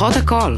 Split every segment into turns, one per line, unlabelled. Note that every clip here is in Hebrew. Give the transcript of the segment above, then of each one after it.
פותחות הכל.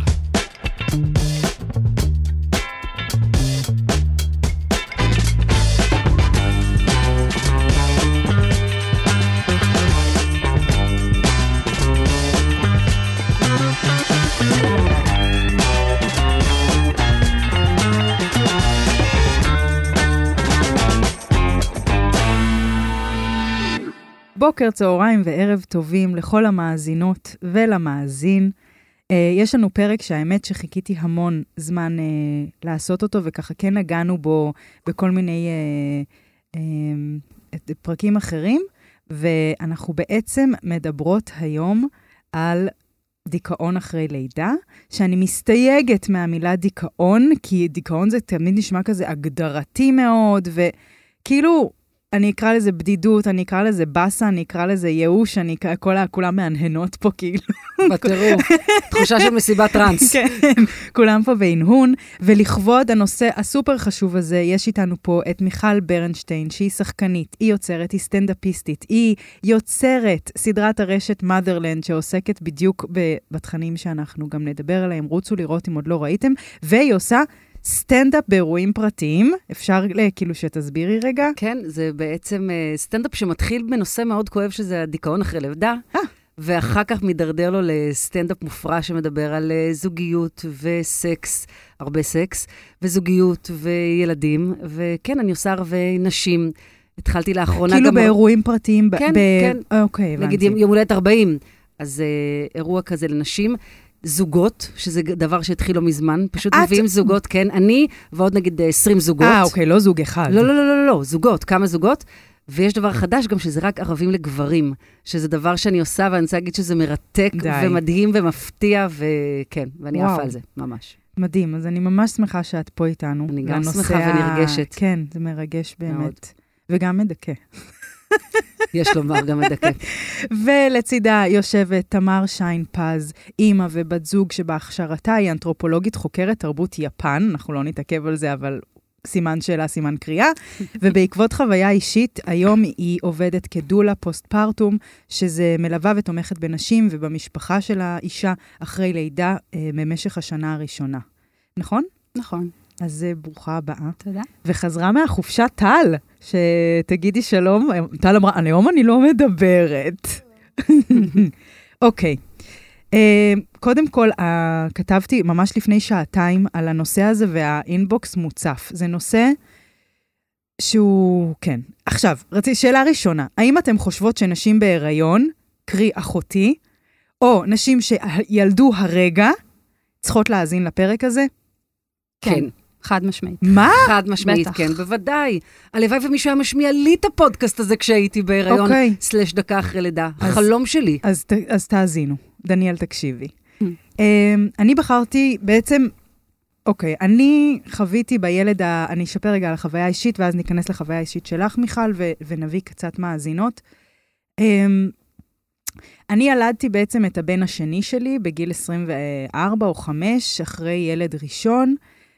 בוקר, צהריים וערב טובים לכל המאזינות ולמאזין. יש לנו פרק שהאמת שחיכיתי המון זמן לעשות אותו, וככה כן נגענו בו בכל מיני פרקים אחרים, ואנחנו בעצם מדברות היום על דיכאון אחרי לידה, שאני מסתייגת מהמילה דיכאון, כי דיכאון זה תמיד נשמע כזה הגדרתי מאוד, וכאילו אני אקרא לזה בדידות, אני אקרא לזה בסה, אני אקרא לזה ייאוש, אני אקרא, כולם מהנהנות פה כאילו.
בטירוף, תחושה של מסיבת טרנס.
כן, כולם פה בהנהון, ולכבוד הנושא הסופר חשוב הזה, יש איתנו פה את מיכל ברנשטיין, שהיא שחקנית, היא יוצרת, היא סטנדאפיסטית, היא יוצרת סדרת הרשת Motherland, שעוסקת בדיוק בתכנים שאנחנו גם נדבר עליהם, רוצו לראות אם עוד לא ראיתם, והיא עושה סטנדאפ באירועים פרטיים, אפשר כאילו שתסבירי רגע?
כן, זה בעצם סטנדאפ שמתחיל בנושא מאוד כואב, שזה הדיכאון אחרי לידה, ואחר כך מדרדר לו לסטנדאפ מופרע שמדבר על זוגיות וסקס, הרבה סקס, וזוגיות וילדים, וכן, אני עושה הרבה נשים. התחלתי לאחרונה
כאילו
גם
באירועים פרטיים?
כן, כן.
אוקיי, הבנתי.
נגיד יום הולדת 40, אז אירוע כזה לנשים. זוגות, שזה דבר שהתחיל לא מזמן, פשוט מביאים זוגות, כן, אני ועוד נגיד 20 זוגות.
אוקיי, לא זוג אחד.
לא, זוגות, כמה זוגות, ויש דבר חדש גם שזה רק ערבים לגברים, שזה דבר שאני עושה, ואני רוצה להגיד שזה מרתק ומדהים ומפתיע, וכן, ואני עפה על זה, ממש.
מדהים, אז אני ממש שמחה שאת פה איתנו.
אני גם שמחה ונרגשת.
כן, זה מרגש באמת, וגם מדכא.
יש לומר גם מדכא.
ולצידה יושבת תמר שיין פז, אימא ובת זוג שבהכשרתה היא אנתרופולוגית חוקרת תרבות יפן, אנחנו לא נתעכב על זה, אבל סימן שאלה, סימן קריאה, ובעקבות חוויה אישית, היום היא עובדת כדולה פוסט-פרטום, שזה מלווה ותומכת בנשים ובמשפחה של האישה אחרי לידה במשך השנה הראשונה. נכון?
נכון.
אז ברוכה הבאה.
תודה.
וחזרה מהחופשה טל, שתגידי שלום. טל אמרה, היום אני לא מדברת. אוקיי. קודם כל, כתבתי ממש לפני שעתיים על הנושא הזה, והאינבוקס מוצף. זה נושא שהוא, כן. עכשיו, שאלה ראשונה, האם אתם חושבות שנשים בהיריון, קרי אחותי, או נשים שילדו הרגע, צריכות להאזין לפרק הזה?
כן.
חד משמעית.
מה?
חד משמעית, כן, בוודאי. הלוואי ומישהו היה משמיע לי את הפודקאסט הזה כשהייתי בהיריון, / דקה אחרי לידה. החלום שלי.
אז תאזינו. דניאל, תקשיבי. אני בחרתי בעצם, אוקיי, אני חוויתי בילד, אני אשפר רגע על החוויה האישית, ואז ניכנס לחוויה האישית שלך, מיכל, ונביא קצת מאזינות. אני ילדתי בעצם את הבן השני שלי, בגיל 24 או 5, אחרי ילד ראשון,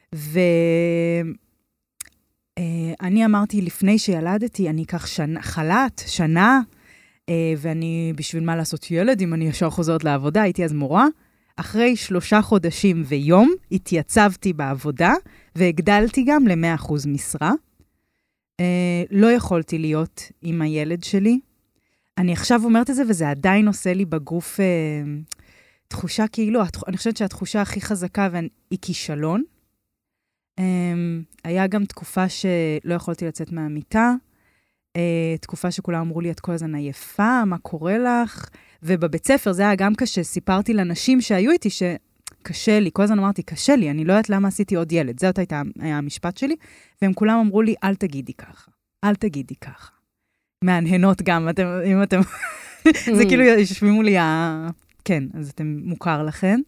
ואני אמרתי, לפני שילדתי, אני אקח שנה, ואני, בשביל מה לעשות ילד, אם אני ישר חוזרת לעבודה, הייתי אז מורה. אחרי 3 חודשים ויום, התייצבתי בעבודה, והגדלתי גם ל100% משרה. לא יכולתי להיות עם הילד שלי. אני עכשיו אומרת את זה, וזה עדיין עושה לי בגוף תחושה כאילו, אני חושבת שהתחושה הכי חזקה היא כישלון. היה גם תקופה שלא יכולתי לצאת מהמיטה, תקופה שכולם אמרו לי, את כל הזמן עייפה, מה קורה לך? ובבית ספר זה היה גם קשה, סיפרתי לנשים שהיו איתי שקשה לי, כל הזמן אמרתי, קשה לי, אני לא יודעת למה עשיתי עוד ילד, זאת היה המשפט שלי, והם כולם אמרו לי, אל תגידי ככה, אל תגידי ככה. מהנהנות גם, אם אתם, זה כאילו יושבים מולי, כן, אז אתם מוכר לכן.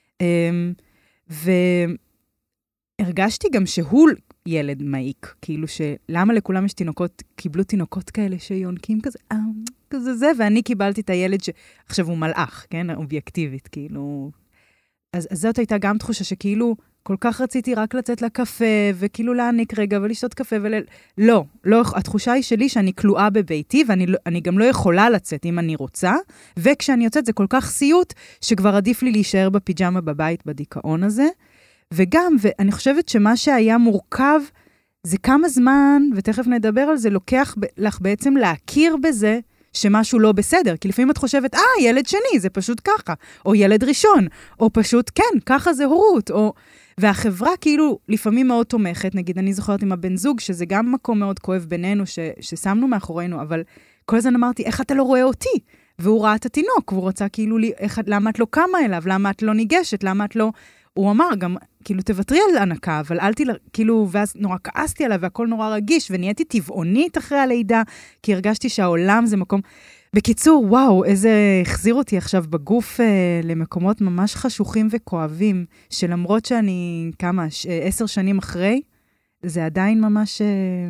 והרגשתי גם שהוא ילד מעיק, כאילו שלמה לכולם יש תינוקות, קיבלו תינוקות כאלה שיונקים כזה, כזה זה, ואני קיבלתי את הילד שעכשיו הוא מלאך, כן, אובייקטיבית, כאילו. אז זאת הייתה גם תחושה שכאילו, כל כך רציתי רק לצאת לקפה, וכאילו להעניק רגע ולשתות קפה, לא, התחושה היא שלי שאני כלואה בביתי, ואני גם לא יכולה לצאת אם אני רוצה, וכשאני יוצאת זה כל כך סיוט, שכבר עדיף לי להישאר בפיג'מה בבית בדיכאון הזה, וגם, ואני חושבת שמה שהיה מורכב, זה כמה זמן, ותכף נדבר על זה, לוקח לך בעצם להכיר בזה, שמשהו לא בסדר, כי לפעמים את חושבת, ילד שני, זה פשוט ככה, או ילד ראשון, או פשוט, כן, ככה זה הורות, והחברה כאילו לפעמים מאוד תומכת, נגיד, אני זוכרת עם הבן זוג, שזה גם מקום מאוד כואב בינינו, ששמנו מאחורינו, אבל כל הזמן אמרתי, איך אתה לא רואה אותי? והוא ראה את התינוק, והוא רצה כאילו, למה את לא קמה אליו? למה את לא ניגשת? למה את לא... הוא אמר גם, כאילו, תוותרי על הנקה, אבל כאילו, ואז נורא כעסתי עליו, והכל נורא רגיש, ונהייתי טבעונית אחרי הלידה, כי הרגשתי שהעולם זה מקום... בקיצור, וואו, איזה החזיר אותי עכשיו בגוף למקומות ממש חשוכים וכואבים, שלמרות שאני, 10 שנים אחרי, זה עדיין ממש...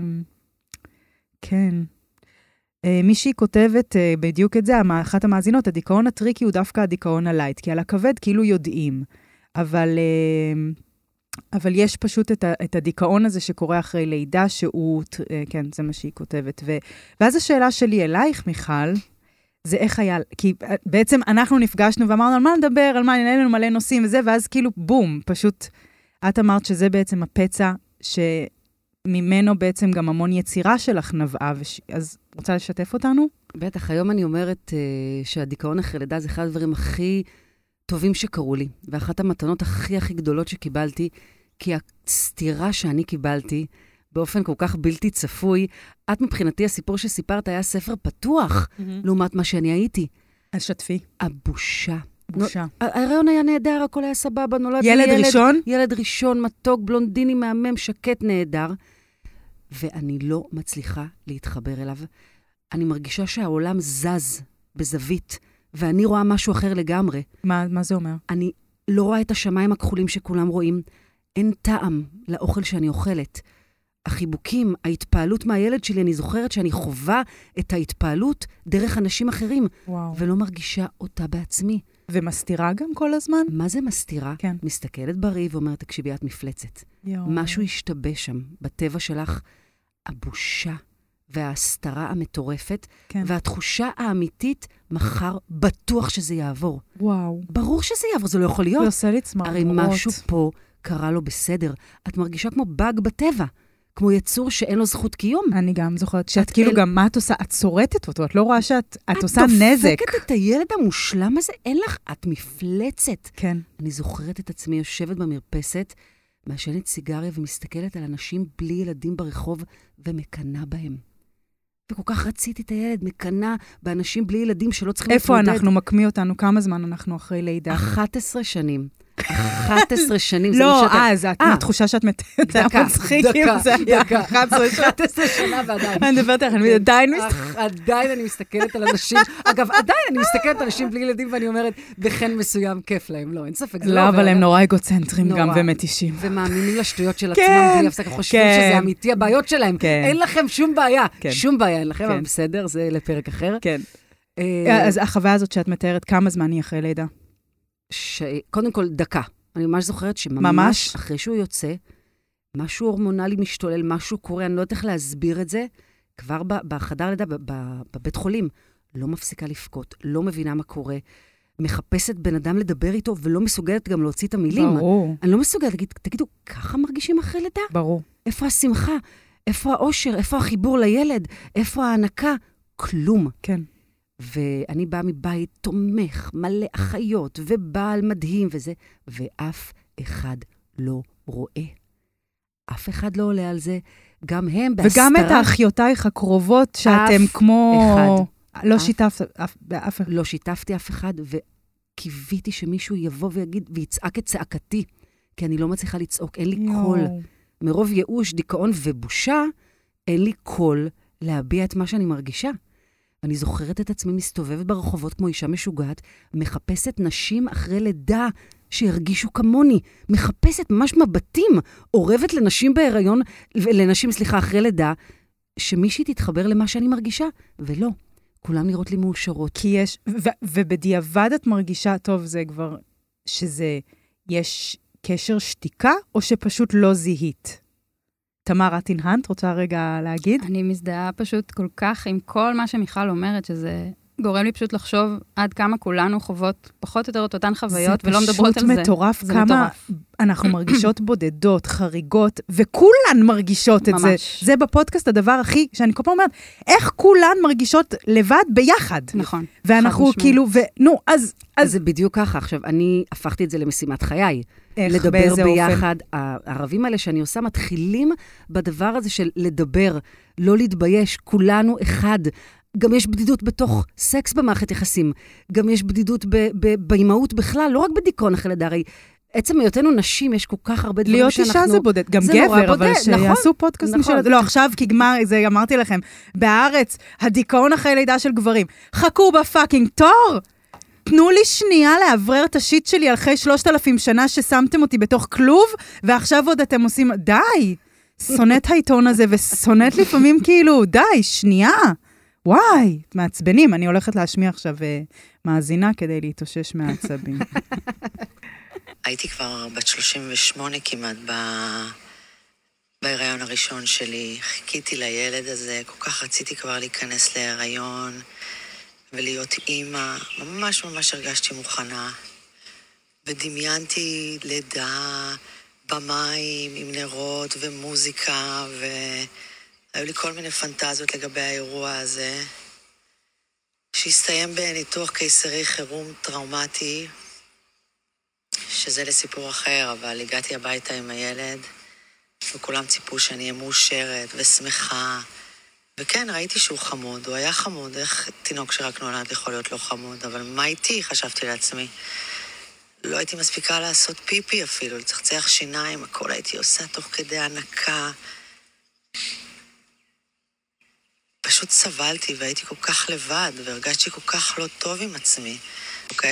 כן. מישהי כותבת בדיוק את זה, אחת המאזינות, הדיכאון הטריקי הוא דווקא הדיכאון הלייט, כי על הכבד כאילו יודעים. אבל יש פשוט את הדיכאון הזה שקורה אחרי לידה, שהוא, כן, זה מה שהיא כותבת. ואז השאלה שלי אלייך, מיכל, זה איך היה, כי בעצם אנחנו נפגשנו ואמרנו על מה נדבר, על מה נעלה לנו מלא נושאים וזה, ואז כאילו בום, פשוט, את אמרת שזה בעצם הפצע שממנו בעצם גם המון יצירה שלך נבעה, אז רוצה לשתף אותנו?
בטח, היום אני אומרת שהדיכאון אחרי לידה זה אחד הדברים הכי... טובים שקרו לי, ואחת המתנות הכי גדולות שקיבלתי, כי הסתירה שאני קיבלתי, באופן כל כך בלתי צפוי, את מבחינתי הסיפור שסיפרת היה ספר פתוח, לעומת מה שאני הייתי.
אז שתפי.
הבושה.
בושה.
ההיריון היה נהדר, הכל היה סבבה, נולד
ילד ראשון?
ילד ראשון, מתוק, בלונדיני, מהמם, שקט, נהדר, ואני לא מצליחה להתחבר אליו. אני מרגישה שהעולם זז בזווית, ואני רואה משהו אחר לגמרי.
מה זה אומר?
אני לא רואה את השמיים הכחולים שכולם רואים. אין טעם לאוכל שאני אוכלת. החיבוקים, ההתפעלות מהילד שלי, אני זוכרת שאני חובה את ההתפעלות דרך אנשים אחרים.
וואו.
ולא מרגישה אותה בעצמי.
ומסתירה גם כל הזמן?
מה זה מסתירה?
כן.
מסתכלת בריא ואומרת, תקשיבי, את מפלצת. משהו השתבש שם, בטבע שלך, הבושה. וההסתרה המטורפת, כן. והתחושה האמיתית, מחר בטוח שזה יעבור.
וואו.
ברור שזה יעבור, זה לא יכול להיות.
זה עושה לי צמרמורות.
הרי משהו פה קרה לו בסדר. את מרגישה כמו באג בטבע, כמו יצור שאין לו זכות קיום.
אני גם זוכרת שאת כאילו גם מה את עושה? את שורטת אותו, את לא רואה שאת עושה נזק.
את דופקת את הילד המושלם הזה, אין לך, את מפלצת.
כן.
אני זוכרת את עצמי יושבת במרפסת, מעשנת סיגריה ומסתכלת על אנשים בלי ילדים ברחוב ומקנה בהם. וכל כך רציתי את הילד, מקנה באנשים בלי ילדים שלא צריכים להתמודד.
איפה אנחנו מקמיא אותנו? כמה זמן אנחנו אחרי לידה?
11 שנים. 11 שנים.
לא, אז, התחושה שאת מתת, זה מצחיק עם זה.
דקה. 11 שנה ועדיין.
אני מדברת לך, אני
עדיין אני מסתכלת על אנשים, אגב, עדיין אני מסתכלת על אנשים בלי ילדים, ואני אומרת, בחן מסוים כיף להם. לא, אין ספק.
לא, אבל הם נורא אגוצנטרים גם ומתישים.
ומאמינים לשטויות של עצמם, בלי הפסק, חושבים שזה אמיתי, הבעיות שלהם. אין לכם שום בעיה. שום בעיה, אין לכם, אבל בסדר, זה לפרק אחר.
כן. אז החוויה הזאת שאת מתארת, כמה זמן היא אחרי לידה?
קודם כל, דקה. אני ממש זוכרת שממש אחרי שהוא יוצא, משהו הורמונלי משתולל, משהו קורה, אני לא יודעת איך להסביר את זה, כבר בחדר לידה, בבית חולים, לא מפסיקה לפקוט, לא מבינה מה קורה, מחפשת בן אדם לדבר איתו, ולא מסוגלת גם להוציא את המילים.
ברור.
אני לא מסוגלת להגיד, תגידו, ככה מרגישים אחרי לידה?
ברור.
איפה השמחה? איפה האושר? איפה החיבור לילד? איפה ההנקה? כלום.
כן.
ואני באה מבית תומך, מלא אחיות, ובעל מדהים וזה, ואף אחד לא רואה. אף אחד לא עולה על זה. גם הם בהסתרה.
וגם את האחיותייך הקרובות, שאתם כמו... אחד. לא שיתפת אף אחד.
לא שיתפתי אף אחד, וקיוויתי שמישהו יבוא ויגיד, ויצעק את צעקתי, כי אני לא מצליחה לצעוק, אין לי קול. מרוב ייאוש, דיכאון ובושה, אין לי קול להביע את מה שאני מרגישה. אני זוכרת את עצמי מסתובבת ברחובות כמו אישה משוגעת, מחפשת נשים אחרי לידה שהרגישו כמוני, מחפשת ממש מבטים, עורבת לנשים בהיריון, לנשים, אחרי לידה, שמישהי תתחבר למה שאני מרגישה, ולא. כולם נראות לי מאושרות.
כי יש, ובדיעבד את מרגישה, טוב, זה כבר, שזה, יש קשר שתיקה, או שפשוט לא זיהית? תמר רטינהנט, רוצה רגע להגיד?
אני מזדהה פשוט כל כך עם כל מה שמיכל אומרת, שזה גורם לי פשוט לחשוב עד כמה כולנו חוות פחות או יותר את אותן חוויות, ולא מדברות על זה.
זה פשוט מטורף, כמה אנחנו מרגישות בודדות, חריגות, וכולן מרגישות את זה. זה בפודקאסט הדבר הכי, שאני כל פעם אומרת, איך כולן מרגישות לבד ביחד.
נכון.
ואנחנו כאילו, נו, אז
זה בדיוק ככה. עכשיו, אני הפכתי את זה למשימת חיי. לדבר ביחד. הערבים האלה שאני עושה מתחילים בדבר הזה של לדבר, לא להתבייש, כולנו אחד. גם יש בדידות בתוך סקס במערכת יחסים. גם יש בדידות באימהות בכלל, לא רק בדיכאון אחרי לידה. הרי עצם היותנו נשים, יש כל כך הרבה דברים
להיות אישה זה בודד, גם גבר, אבל שיעשו פודקאסט משל... לא, עכשיו, כי זה אמרתי לכם, בארץ, הדיכאון אחרי לידה של גברים. חכו בפאקינג תור! תנו לי שנייה לעברר את השיט שלי אחרי 3,000 שנה ששמתם אותי בתוך כלוב, ועכשיו עוד אתם עושים... די! שונאת העיתון הזה, ושונאת לפעמים כאילו, די, שנייה! וואי, מעצבנים, אני הולכת להשמיע עכשיו מאזינה כדי להתאושש מהעצבים.
הייתי כבר בת 38 כמעט בהיריון הראשון שלי. חיכיתי לילד הזה, כל כך רציתי כבר להיכנס להיריון ולהיות אימא. ממש ממש הרגשתי מוכנה. ודמיינתי לידה במים עם נרות ומוזיקה היו לי כל מיני פנטזיות לגבי האירוע הזה, שהסתיים בניתוח קיסרי חירום טראומטי, שזה לסיפור אחר, אבל הגעתי הביתה עם הילד, וכולם ציפו שאני אהיה מאושרת ושמחה, וכן, ראיתי שהוא חמוד, הוא היה חמוד, איך תינוק שרק נולד יכול להיות לא חמוד, אבל מה איתי? חשבתי לעצמי. לא הייתי מספיקה לעשות פיפי אפילו, לצחצח שיניים, הכל הייתי עושה תוך כדי הנקה, פשוט סבלתי והייתי כל כך לבד, והרגשתי כל כך לא טוב עם עצמי. אוקיי?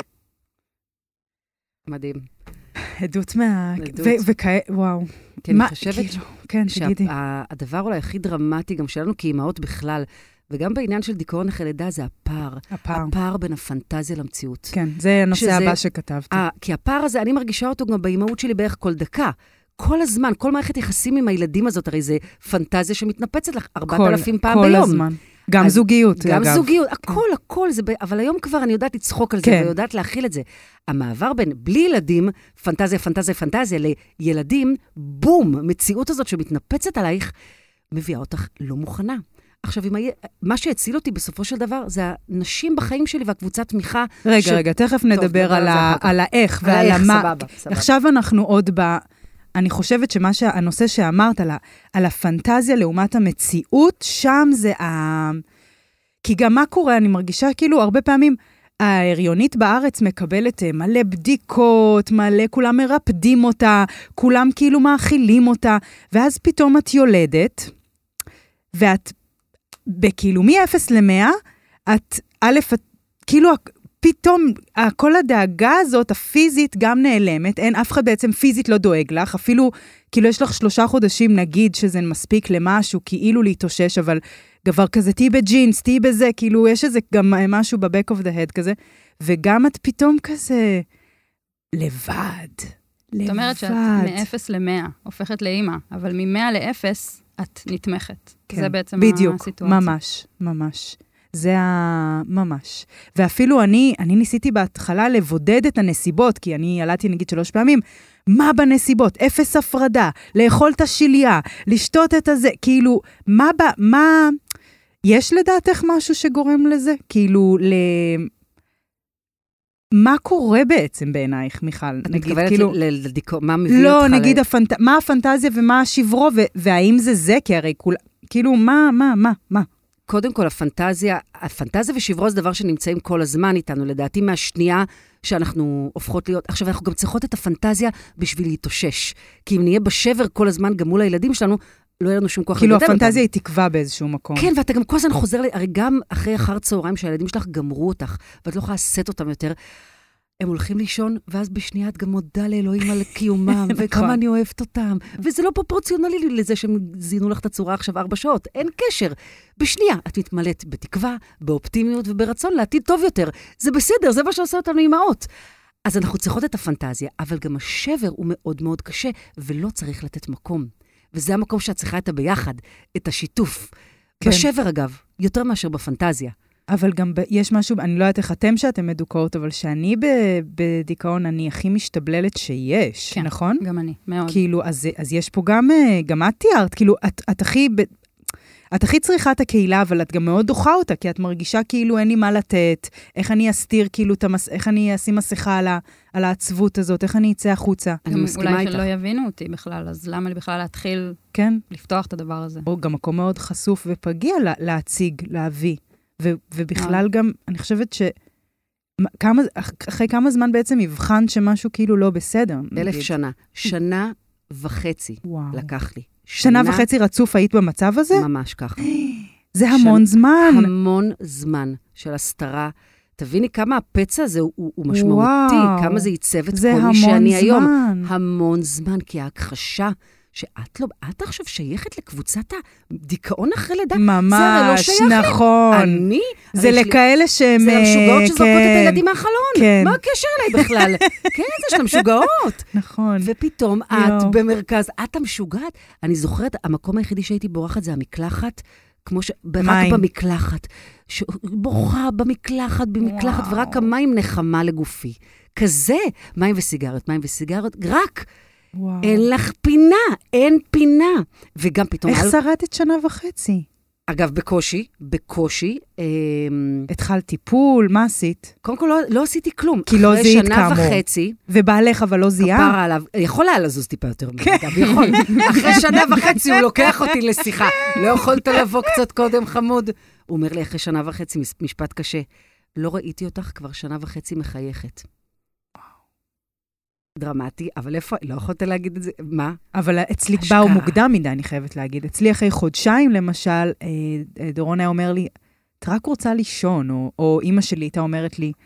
מדהים.
עדות וואו.
כן, אני חושבת
כן, תגידי.
שהדבר אולי הכי דרמטי גם שלנו כאימהות בכלל, וגם בעניין של דיכאון אחרי לידה, זה הפער בין הפנטזיה למציאות.
כן, זה הנושא הבא שכתבתי.
כי הפער הזה, אני מרגישה אותו גם באימהות שלי בערך כל דקה. כל הזמן, כל מערכת יחסים עם הילדים הזאת, הרי זה פנטזיה שמתנפצת לך 4,000 פעם ביום.
כל הזמן. גם זוגיות,
אגב. גם זוגיות, הכל, אבל היום כבר אני יודעת לצחוק על זה, ויודעת להכיל את זה. המעבר בין בלי ילדים, פנטזיה, לילדים, בום, מציאות הזאת שמתנפצת עלייך, מביאה אותך לא מוכנה. עכשיו, מה שהציל אותי בסופו של דבר, זה הנשים בחיים שלי והקבוצת תמיכה.
רגע, תכף נדבר על האיך ועל המה.
סבבה.
עכשיו אנחנו עוד אני חושבת שהנושא שאמרת על הפנטזיה לעומת המציאות, שם זה כי גם מה קורה, אני מרגישה כאילו הרבה פעמים, ההריונית בארץ מקבלת מלא בדיקות, כולם מרפדים אותה, כולם כאילו מאכילים אותה, ואז פתאום את יולדת, ואת בכאילו מ-0 ל-100, את כאילו פתאום כל הדאגה הזאת, הפיזית גם נעלמת, אין אף אחד בעצם פיזית לא דואג לך, אפילו כאילו יש לך 3 חודשים נגיד שזה מספיק למשהו, כאילו להתאושש, אבל דבר כזה, תהי בג'ינס, תהי בזה, כאילו יש איזה גם משהו בבק אוף דה הד כזה, וגם את פתאום כזה לבד.
זאת אומרת שאת מ-0 ל-100, הופכת לאמא, אבל מ-100 ל-0 את נתמכת.
כן,
זה בעצם
בדיוק,
הסיטואציה.
ממש. זה ממש. ואפילו אני ניסיתי בהתחלה לבודד את הנסיבות, כי אני ילדתי נגיד 3 פעמים, מה בנסיבות? 0 הפרדה, לאכול את השיליה, לשתות את הזה, כאילו, מה, יש לדעתך משהו שגורם לזה? כאילו, מה קורה בעצם בעינייך, מיכל?
את מתכוונת מה מביא אותך?
לא, נגיד, מה הפנטזיה ומה השברו, והאם זה, כי הרי כאילו, מה?
קודם כל, הפנטזיה ושברו זה דבר שנמצאים כל הזמן איתנו, לדעתי מהשנייה שאנחנו הופכות להיות. עכשיו, אנחנו גם צריכות את הפנטזיה בשביל להתאושש. כי אם נהיה בשבר כל הזמן גם מול הילדים שלנו, לא יהיה לנו שום כוח.
כאילו, הפנטזיה היא תקווה באיזשהו מקום.
כן, ואתה גם כל הזמן חוזר, הרי גם אחר צהריים שהילדים שלך גמרו אותך, ואת לא יכולה לשאת אותם יותר, הם הולכים לישון, ואז בשנייה את גם מודה לאלוהים על קיומם, וכמה אני אוהבת אותם. וזה לא פרופורציונלי לזה שהם זינו לך את הצורה עכשיו 4 שעות. אין קשר. בשנייה את מתמלאת בתקווה, באופטימיות וברצון לעתיד טוב יותר. זה בסדר, זה מה שעושה אותנו אימהות. אז אנחנו צריכות את הפנטזיה, אבל גם השבר הוא מאוד מאוד קשה, ולא צריך לתת מקום. וזה המקום שאת צריכה את הביחד, את השיתוף. כן. בשבר, אגב, יותר מאשר בפנטזיה.
אבל גם יש משהו, אני לא יודעת איך אתם שאתם מדוכאות, אבל שאני בדיכאון, אני הכי משתבללת שיש,
כן,
נכון?
גם אני, מאוד.
כאילו, אז יש פה גם את תיארת, כאילו, את הכי צריכה את הקהילה, אבל את גם מאוד דוחה אותה, כי את מרגישה כאילו אין לי מה לתת, איך אני אסתיר כאילו, איך אני אשים מסכה על העצבות הזאת, איך אני אצא החוצה.
אני מסכימה איתך.
אולי שלא יבינו אותי בכלל, אז למה לי בכלל להתחיל
כן.
לפתוח את הדבר הזה?
או גם מקום מאוד חשוף ופגיע להציג, להביא. ובכלל גם, אני חושבת אחרי כמה זמן בעצם הבחנת שמשהו כאילו לא בסדר.
1000 שנה. שנה וחצי לקח לי.
שנה וחצי רצוף היית במצב הזה?
ממש ככה.
זה המון זמן.
המון זמן של הסתרה. תביני כמה הפצע הזה הוא משמעותי, כמה זה ייצב את כל מי שאני היום. המון זמן, כי ההכחשה שאת לא, את עכשיו שייכת לקבוצת הדיכאון אחרי לידה.
ממש,
זה הרי לא שייך
נכון.
אני?
זה לכאלה שהם...
זה המשוגעות שזורקות את הילדים מהחלון.
כן.
מה הקשר אליי בכלל? כן, זה של המשוגעות.
נכון.
ופתאום את במרכז, את המשוגעת. אני זוכרת, המקום היחידי שהייתי בורחת זה המקלחת, כמו רק במקלחת. בורחה במקלחת, ורק המים נחמה לגופי. כזה, מים וסיגריות, רק... אין לך פינה, אין פינה. וגם פתאום...
איך שרדת שנה וחצי?
אגב, בקושי.
התחלת טיפול, מה עשית?
קודם כל לא עשיתי כלום.
כי לא זיהית כאמור.
אחרי שנה וחצי...
ובעלך אבל לא זיהה?
כפרה עליו. יכול היה לזוז טיפה יותר אגב, יכול. אחרי שנה וחצי הוא לוקח אותי לשיחה. לא יכולת לבוא קצת קודם, חמוד. הוא אומר לי, אחרי שנה וחצי, משפט קשה. לא ראיתי אותך כבר שנה וחצי מחייכת. דרמטי, אבל איפה? לא יכולת להגיד את זה. מה?
אבל אצלי באו מוקדם מדי, אני חייבת להגיד. אצלי אחרי חודשיים, למשל, דורון היה אומר לי, את רק רוצה לישון, או אמא שלי הייתה אומרת לי,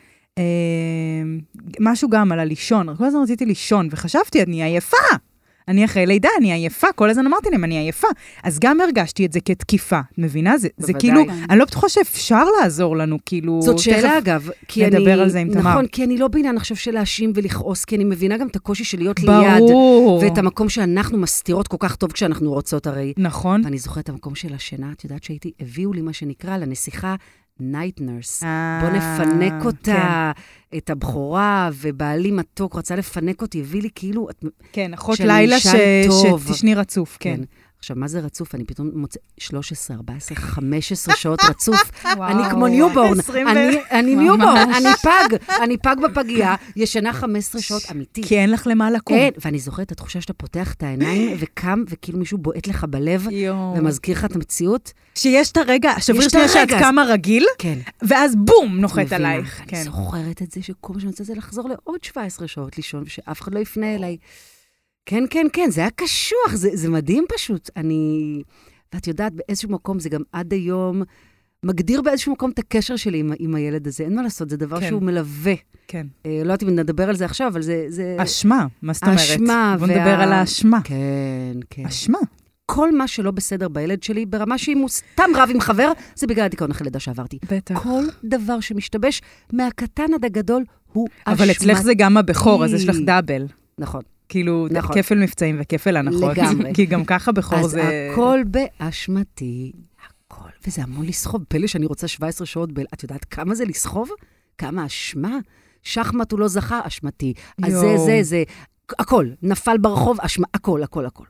משהו גם על הלישון. כל הזמן רציתי לישון, וחשבתי, אני עייפה. אני אחרי לידה, אני עייפה. כל הזמן אמרתי להם, אני עייפה. אז גם הרגשתי את זה כתקיפה. את מבינה? זה כאילו, אני לא בטוחה שאפשר לעזור לנו, כאילו...
זאת שאלה, אגב.
נדבר על זה עם תמר.
נכון, כי אני לא בעניין עכשיו של להאשים ולכעוס, כי אני מבינה גם את הקושי של להיות ליד.
ברור.
ואת המקום שאנחנו מסתירות כל כך טוב כשאנחנו רוצות הרי.
נכון.
ואני זוכרת את המקום של השינה. את יודעת הביאו לי מה שנקרא לנסיכה נייט נרס. בוא נפנק אותה, את הבחורה, ובעלי מתוק, רצה לפנק אותי, הביא לי כאילו... כן,
אחות לילה שתשני רצוף, כן.
עכשיו, מה זה רצוף? אני פתאום מוצא 13, 14, 15 שעות רצוף. אני כמו ניובורן. אני ניובורן, אני פג בפגייה, ישנה 15 שעות אמיתי.
כי אין לך למה לקום.
כן, ואני זוכרת את התחושה שאתה פותח את העיניים, וקם, וכאילו מישהו בועט לך בלב, ומזכיר לך את המציאות.
שיש את הרגע, שבריר שנייה שאת קמה רגיל, ואז בום, נוחת עלייך.
אני זוכרת את זה, שכל מה שאני רוצה זה לחזור לעוד 17 שעות לישון, ושאף אחד לא יפנה אליי. כן, כן, כן, זה היה קשוח, זה מדהים פשוט. ואת יודעת, באיזשהו מקום, זה גם עד היום, מגדיר באיזשהו מקום את הקשר שלי עם הילד הזה. אין מה לעשות, זה דבר שהוא מלווה.
כן.
לא יודעת אם נדבר על זה עכשיו, אבל זה...
אשמה, מה זאת אומרת?
אשמה.
בוא נדבר על האשמה.
כן, כן.
אשמה.
כל מה שלא בסדר בילד שלי, ברמה שאם הוא סתם רב עם חבר, זה בגלל הדיכאון אחרי לידה שעברתי.
בטח.
כל דבר שמשתבש, מהקטן עד הגדול, הוא אשמה.
אבל אצלך זה גם הבכור, אז יש לך דאבל.
נכון.
כאילו, כפל מבצעים וכפל הנחות.
לגמרי.
כי גם ככה בכור זה...
אז הכל באשמתי, הכל. וזה המון לסחוב. פלא שאני רוצה 17 שעות את יודעת כמה זה לסחוב? כמה אשמה? שחמט הוא לא זכה, אשמתי. אז זה. הכל. נפל ברחוב, אשמה. הכל.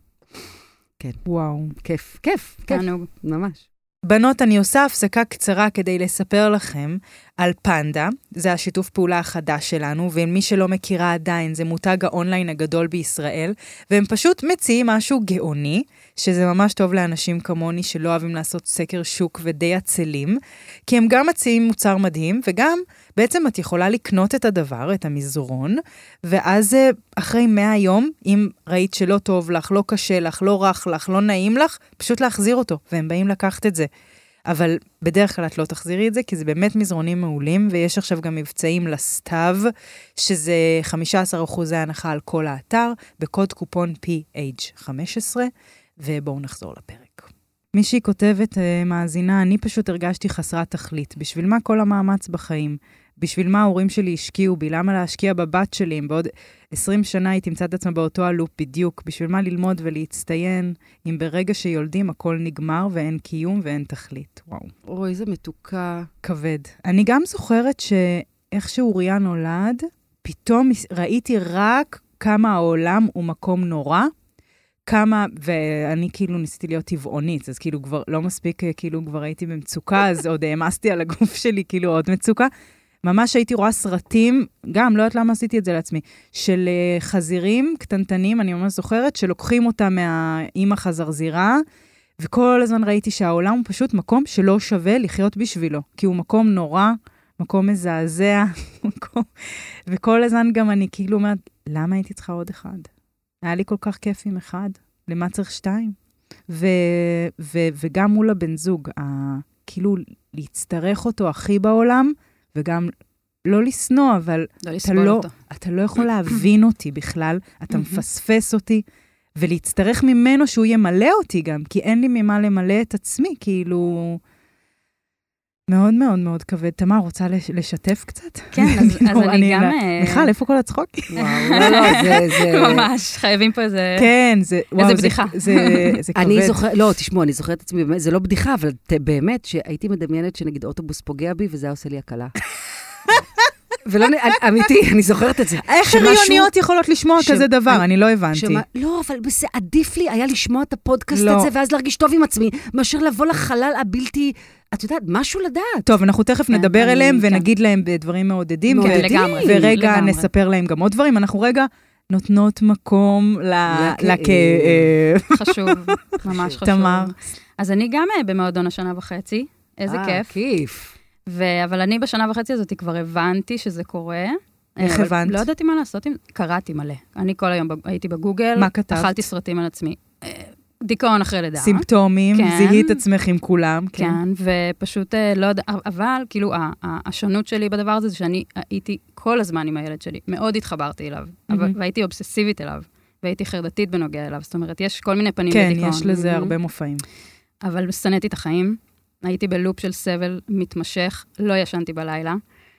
כן.
וואו.
כיף.
תענוג.
ממש.
בנות, אני עושה הפסקה קצרה כדי לספר לכם על פנדה, זה השיתוף פעולה החדש שלנו, ומי שלא מכירה עדיין, זה מותג האונליין הגדול בישראל, והם פשוט מציעים משהו גאוני, שזה ממש טוב לאנשים כמוני שלא אוהבים לעשות סקר שוק ודי עצלים, כי הם גם מציעים מוצר מדהים, וגם בעצם את יכולה לקנות את הדבר, את המזרון, ואז אחרי 100 יום, אם ראית שלא טוב לך, לא קשה לך, לא רך לך, לא נעים לך, פשוט להחזיר אותו, והם באים לקחת את זה. אבל בדרך כלל את לא תחזירי את זה, כי זה באמת מזרונים מעולים, ויש עכשיו גם מבצעים לסתיו, שזה 15% הנחה על כל האתר, בקוד קופון PH15, ובואו נחזור לפרק. מישהי כותבת, מאזינה, אני פשוט הרגשתי חסרת תכלית, בשביל מה כל המאמץ בחיים? בשביל מה ההורים שלי השקיעו בי, למה להשקיע בבת שלי, אם בעוד 20 שנה היא תמצא את עצמה באותו הלופ בדיוק, בשביל מה ללמוד ולהצטיין, אם ברגע שיולדים הכל נגמר ואין קיום ואין תכלית. וואו.
אוי, איזה מתוקה.
כבד. אני גם זוכרת שאיך שאוריה נולד, פתאום ראיתי רק כמה העולם הוא מקום נורא, כמה, ואני כאילו ניסיתי להיות טבעונית, אז כאילו כבר לא מספיק, כאילו כבר הייתי במצוקה, אז עוד העמסתי על הגוף שלי כאילו עוד מצוקה. ממש הייתי רואה סרטים, גם לא יודעת למה עשיתי את זה לעצמי, של חזירים קטנטנים, אני ממש זוכרת, שלוקחים אותה מהאימא חזרזירה, וכל הזמן ראיתי שהעולם הוא פשוט מקום שלא שווה לחיות בשבילו, כי הוא מקום נורא, מקום מזעזע, וכל הזמן גם אני כאילו אומרת, למה הייתי צריכה עוד אחד? היה לי כל כך כיף עם אחד, למה צריך 2? וגם מול הבן זוג, כאילו להצטרך אותו הכי בעולם, וגם לא לסנוע, אבל אתה לא יכול להבין אותי בכלל, אתה מפספס אותי, ולהצטרך ממנו שהוא ימלא אותי גם, כי אין לי ממה למלא את עצמי, כאילו... מאוד מאוד מאוד כבד. תמר, רוצה לשתף קצת?
כן, אז אני גם...
מיכל, איפה כל הצחוק?
וואו, לא, זה...
ממש, חייבים פה איזה...
כן, זה...
איזה בדיחה.
זה כבד.
אני זוכרת, לא, תשמעו, אני זוכרת את עצמי, זה לא בדיחה, אבל באמת שהייתי מדמיינת שנגיד אוטובוס פוגע בי, וזה היה עושה לי הקלה. ולא, אמיתי, אני זוכרת את זה.
איך הריוניות יכולות לשמוע כזה דבר? אני לא הבנתי.
לא, אבל עדיף לי היה לשמוע את הפודקאסט הזה, ואז להרגיש טוב עם עצמי, מאשר לבוא לחלל הבלתי, את יודעת, משהו לדעת.
טוב, אנחנו תכף נדבר אליהם, ונגיד להם דברים מעודדים, ורגע נספר להם גם עוד דברים. אנחנו רגע נותנות מקום לכאב.
חשוב, ממש חשוב.
תמר.
אז אני גם במועדון השנה וחצי, איזה כיף.
כיף.
אבל אני בשנה וחצי הזאת כבר הבנתי שזה קורה.
איך הבנת?
לא ידעתי מה לעשות, קראתי מלא. אני כל היום הייתי בגוגל,
מה כתבת?
אכלתי סרטים על עצמי. דיכאון אחרי לידה.
סימפטומים, זיהית עצמך עם כולם.
כן, ופשוט לא יודע, אבל כאילו השונות שלי בדבר הזה, זה שאני הייתי כל הזמן עם הילד שלי, מאוד התחברתי אליו, והייתי אובססיבית אליו, והייתי חרדתית בנוגע אליו, זאת אומרת, יש כל מיני פנים לדיכאון.
כן, יש לזה הרבה מופעים.
אבל שנאתי את החיים, הייתי בלופ של סבל מתמשך, לא ישנתי בלילה,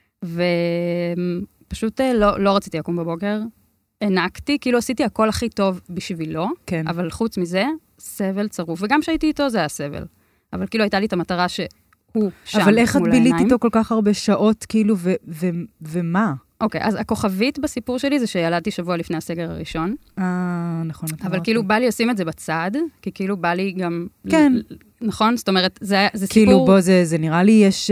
ופשוט לא רציתי לקום בבוקר, הענקתי, כאילו עשיתי הכל הכי טוב בשבילו,
כן.
אבל חוץ מזה, סבל צרוף, וגם שהייתי איתו זה היה סבל. אבל כאילו הייתה לי את המטרה שהוא שם מול העיניים.
אבל איך את בילית איתו כל כך הרבה שעות, כאילו, ומה?
אוקיי, אז הכוכבית בסיפור שלי זה שילדתי שבוע לפני הסגר הראשון.
נכון.
אבל כאילו בא לי לשים את זה בצד, כי כאילו בא לי גם...
כן.
נכון? זאת אומרת, זה סיפור...
כאילו בוא, זה נראה לי יש...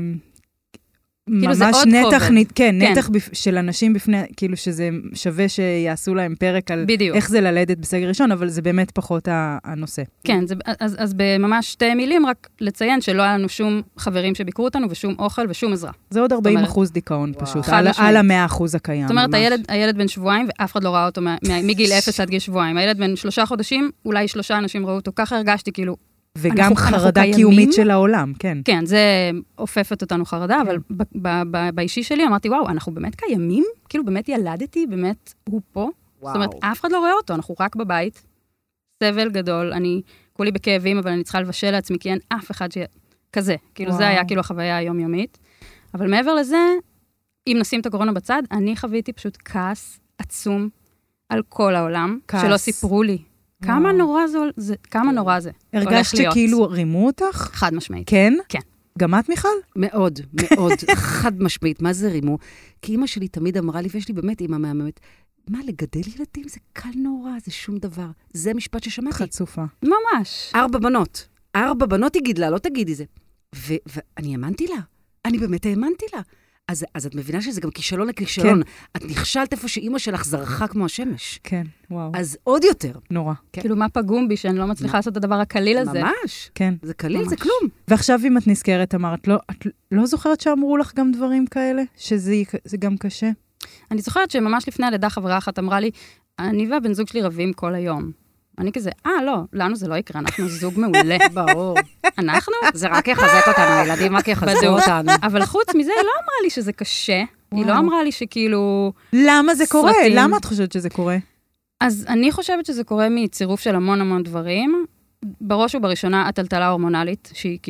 ממש נתח, כן, נתח של אנשים בפני, כאילו שזה שווה שיעשו להם פרק על איך זה ללדת בסגר ראשון, אבל זה באמת פחות הנושא.
כן, אז בממש 2 מילים, רק לציין שלא היה לנו שום חברים שביקרו אותנו, ושום אוכל ושום עזרה.
זה עוד 40% דיכאון פשוט, על 100% הקיים.
זאת אומרת, הילד בן שבועיים, ואף אחד לא ראה אותו מגיל 0 עד גיל שבועיים. הילד בן 3 חודשים, אולי 3 אנשים ראו אותו, ככה הרגשתי כאילו,
וגם חרדה קיומית של העולם, כן.
כן, זה הופפת אותנו חרדה, אבל באישי שלי אמרתי, וואו, אנחנו באמת קיימים? כאילו, באמת ילדתי, באמת הוא פה? זאת אומרת, אף אחד לא רואה אותו, אנחנו רק בבית, סבל גדול, אני כולי בכאבים, אבל אני צריכה לבשל לעצמי, כי אין אף אחד כזה. כאילו, זה היה כאילו החוויה היומיומית. אבל מעבר לזה, אם נשים את הקורונה בצד, אני חוויתי פשוט כעס עצום על כל העולם, שלא סיפרו לי. כמה נורא זה.
הרגשת שכאילו רימו אותך?
חד משמעית.
כן?
כן.
גם את, מיכל?
מאוד, מאוד, חד משמעית. מה זה רימו? כי אמא שלי תמיד אמרה לי, ויש לי באמת אמא מהממת, מה, לגדל ילדים זה קל נורא, זה שום דבר. זה משפט ששמעתי.
חצופה.
ממש.
4 בנות. 4 בנות היא גידלה, לא תגידי זה. ואני האמנתי לה. אני באמת האמנתי לה. אז את מבינה שזה גם כישלון לכישלון. כן. את נכשלת איפה שאימא שלך זרחה כמו השמש.
כן, וואו.
אז עוד יותר.
נורא.
כן. כאילו, מה פגום בי שאני לא מצליחה לעשות את הדבר הקליל הזה?
ממש.
כן.
זה קליל, ממש. זה כלום.
ועכשיו אם את נזכרת, אמרת, את לא זוכרת שאמרו לך גם דברים כאלה? שזה גם קשה?
אני זוכרת שממש לפני הלידה חברה אחת אמרה לי, אני והבן זוג שלי רבים כל היום. אני כזה, לא, לנו זה לא יקרה, אנחנו זוג מעולה.
ברור.
אנחנו?
זה רק יחזק אותנו, הילדים רק יחזקו אותנו.
אבל חוץ מזה, היא לא אמרה לי שזה קשה. היא לא אמרה לי שכאילו...
למה זה קורה? למה את חושבת שזה קורה?
אז אני חושבת שזה קורה מצירוף של המון המון דברים. בראש ובראשונה, הטלטלה ההורמונלית, שהיא כאילו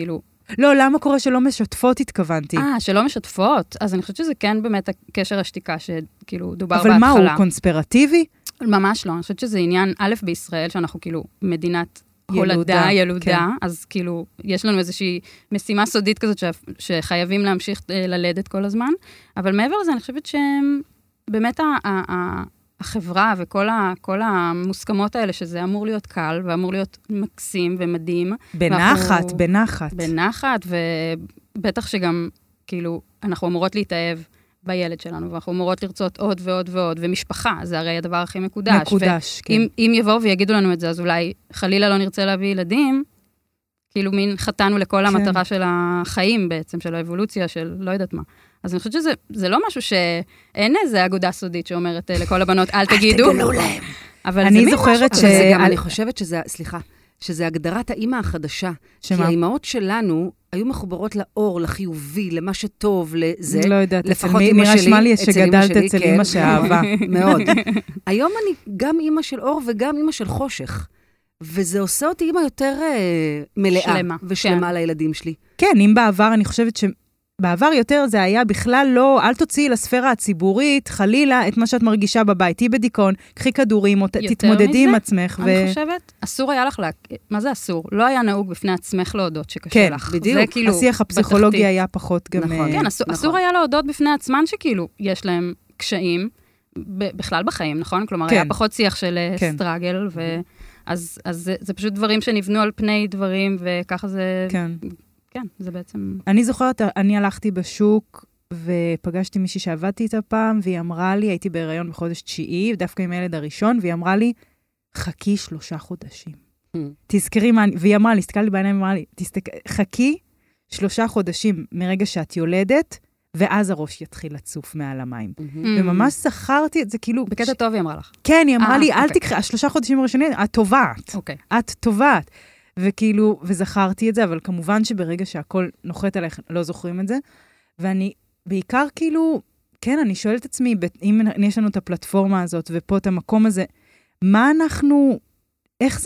לא, למה קורה שלא משתפות התכוונתי?
שלא משתפות? אז אני חושבת שזה כן באמת הקשר השתיקה שכאילו דובר בהתחלה.
אבל מה, הוא קונספירטיבי?
ממש לא, אני חושבת שזה עניין א' בישראל, שאנחנו כאילו מדינת הולדה, ילודה, כן. אז כאילו יש לנו איזושהי משימה סודית כזאת שחייבים להמשיך ללדת כל הזמן, אבל מעבר לזה אני חושבת שבאמת החברה וכל המוסכמות האלה, שזה אמור להיות קל, ואמור להיות מקסים ומדהים.
בנחת,
בנחת, ובטח שגם, כאילו, אנחנו אמורות להתאהב בילד שלנו, ואנחנו אמורות לרצות עוד ועוד ועוד, ומשפחה, זה הרי הדבר הכי מקודש.
מקודש, כן.
אם יבואו ויגידו לנו את זה, אז אולי חלילה לא נרצה להביא ילדים, כאילו מין חתנו לכל המטרה של החיים בעצם, של האבולוציה, של לא יודעת מה. אז אני חושבת שזה לא משהו שאין איזה אגודה סודית שאומרת לכל הבנות, אל תגידו.
אל תגלו להם.
אבל אני זוכרת
אני חושבת שזה, סליחה, שזה הגדרת האמא החדשה. כי האמהות שלנו היו מחוברות לאור, לחיובי, למה שטוב, לזה.
לא יודעת, נראה לי שגדלת אצל אמא שאהבה.
מאוד. היום אני גם אמא של אור וגם אמא של חושך. וזה עושה אותי אמא יותר מלאה ושלמה לילדים שלי.
כן, אם בעבר אני חושבת בעבר יותר זה היה בכלל לא, אל תוציאי לספירה הציבורית, חלילה, את מה שאת מרגישה בבית. תהי בדיכאון, קחי כדורים, תתמודדי עם עצמך.
אני חושבת, אסור היה לך, מה זה אסור? לא היה נהוג בפני עצמך להודות שקשה לך.
כן, בדיוק. השיח הפסיכולוגי היה פחות גם...
נכון, כן, אסור היה להודות בפני עצמן שכאילו, יש להם קשיים, בכלל בחיים, נכון? כלומר, היה פחות שיח של סטרגל, אז זה פשוט דברים שנבנו על פני דברים, וככה זה... כן, זה בעצם...
אני זוכרת, אני הלכתי בשוק, ופגשתי מישהי שעבדתי איתה פעם, והיא אמרה לי, הייתי בהיריון בחודש 9, דווקא עם הילד הראשון, והיא אמרה לי, חכי 3 חודשים. תזכרי מה, והיא אמרה לי, הסתכלתי בעיניים, אמרה לי, חכי 3 חודשים מרגע שאת יולדת, ואז הראש יתחיל לצוף מעל המים. וממש זכרתי את זה, כאילו...
בקטע טוב היא אמרה לך.
כן, היא אמרה לי, אל תקחי, 3 חודשים הראשונים, את טובעת. את טובעת. וכאילו, וזכרתי את זה, אבל כמובן שברגע שהכל נוחת עליך, לא זוכרים את זה. ואני בעיקר כאילו, כן, אני שואלת את עצמי, אם יש לנו את הפלטפורמה הזאת, ופה את המקום הזה, מה אנחנו, איך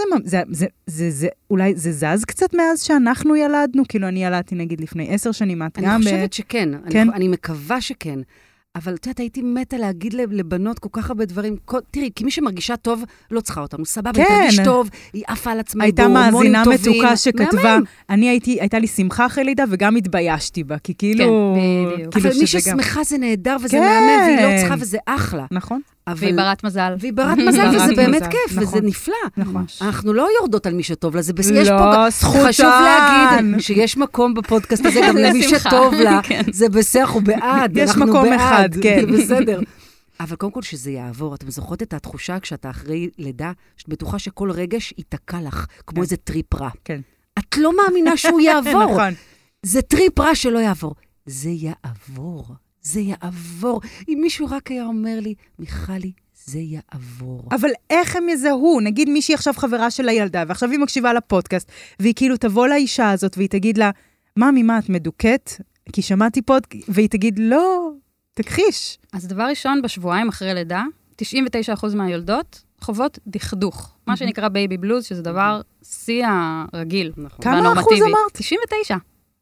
זה, אולי זה זז קצת מאז שאנחנו ילדנו? כאילו, אני ילדתי נגיד לפני 10 שנים, את גם...
אני חושבת שכן, אני מקווה שכן. אבל את יודעת, הייתי מתה להגיד לבנות כל כך הרבה דברים. תראי, כי מי שמרגישה טוב, לא צריכה אותנו. סבבה, היא תרגיש טוב, היא עפה על עצמה,
הייתה מאזינה מתוקה שכתבה, הייתה לי שמחה אחרי לידה, וגם התביישתי בה, כי כאילו...
כן, בדיוק.
אבל מי ששמחה זה נהדר, וזה מהמם, והיא לא צריכה, וזה אחלה.
נכון.
והיא ברת מזל.
והיא ברת מזל, וזה באמת כיף, וזה נפלא.
נכון.
אנחנו לא יורדות על מי שטוב לה, זה יש פה... חשוב להגיד שיש מקום בפודקאסט הזה, גם למי שטוב לה, זה בסדר, אנחנו בעד.
יש מקום אחד, כן.
בסדר. אבל קודם כל שזה יעבור, אתם זוכרות את התחושה כשאתה אחרי לידה, שאת בטוחה שכל רגש ייתקע לך, כמו איזה טריפ רע.
כן.
את לא מאמינה שהוא יעבור.
נכון.
זה טריפ רע שלא יעבור. זה יעבור. זה יעבור. אם מישהו רק היה אומר לי, מיכלי, זה יעבור.
אבל איך הם יזהו? נגיד מישהי עכשיו חברה של הילדה, ועכשיו היא מקשיבה לפודקאסט, והיא כאילו תבוא לאישה הזאת, והיא תגיד לה, ממי, מה, את מדוקת? כי שמעתי פודקאסט, והיא תגיד, לא, תכחיש.
אז דבר ראשון, בשבועיים אחרי לידה, 99% מהיולדות חוות דכדוך. מה שנקרא בייבי בלוז, שזה דבר שיא הרגיל.
כמה אחוז אמרת?
99.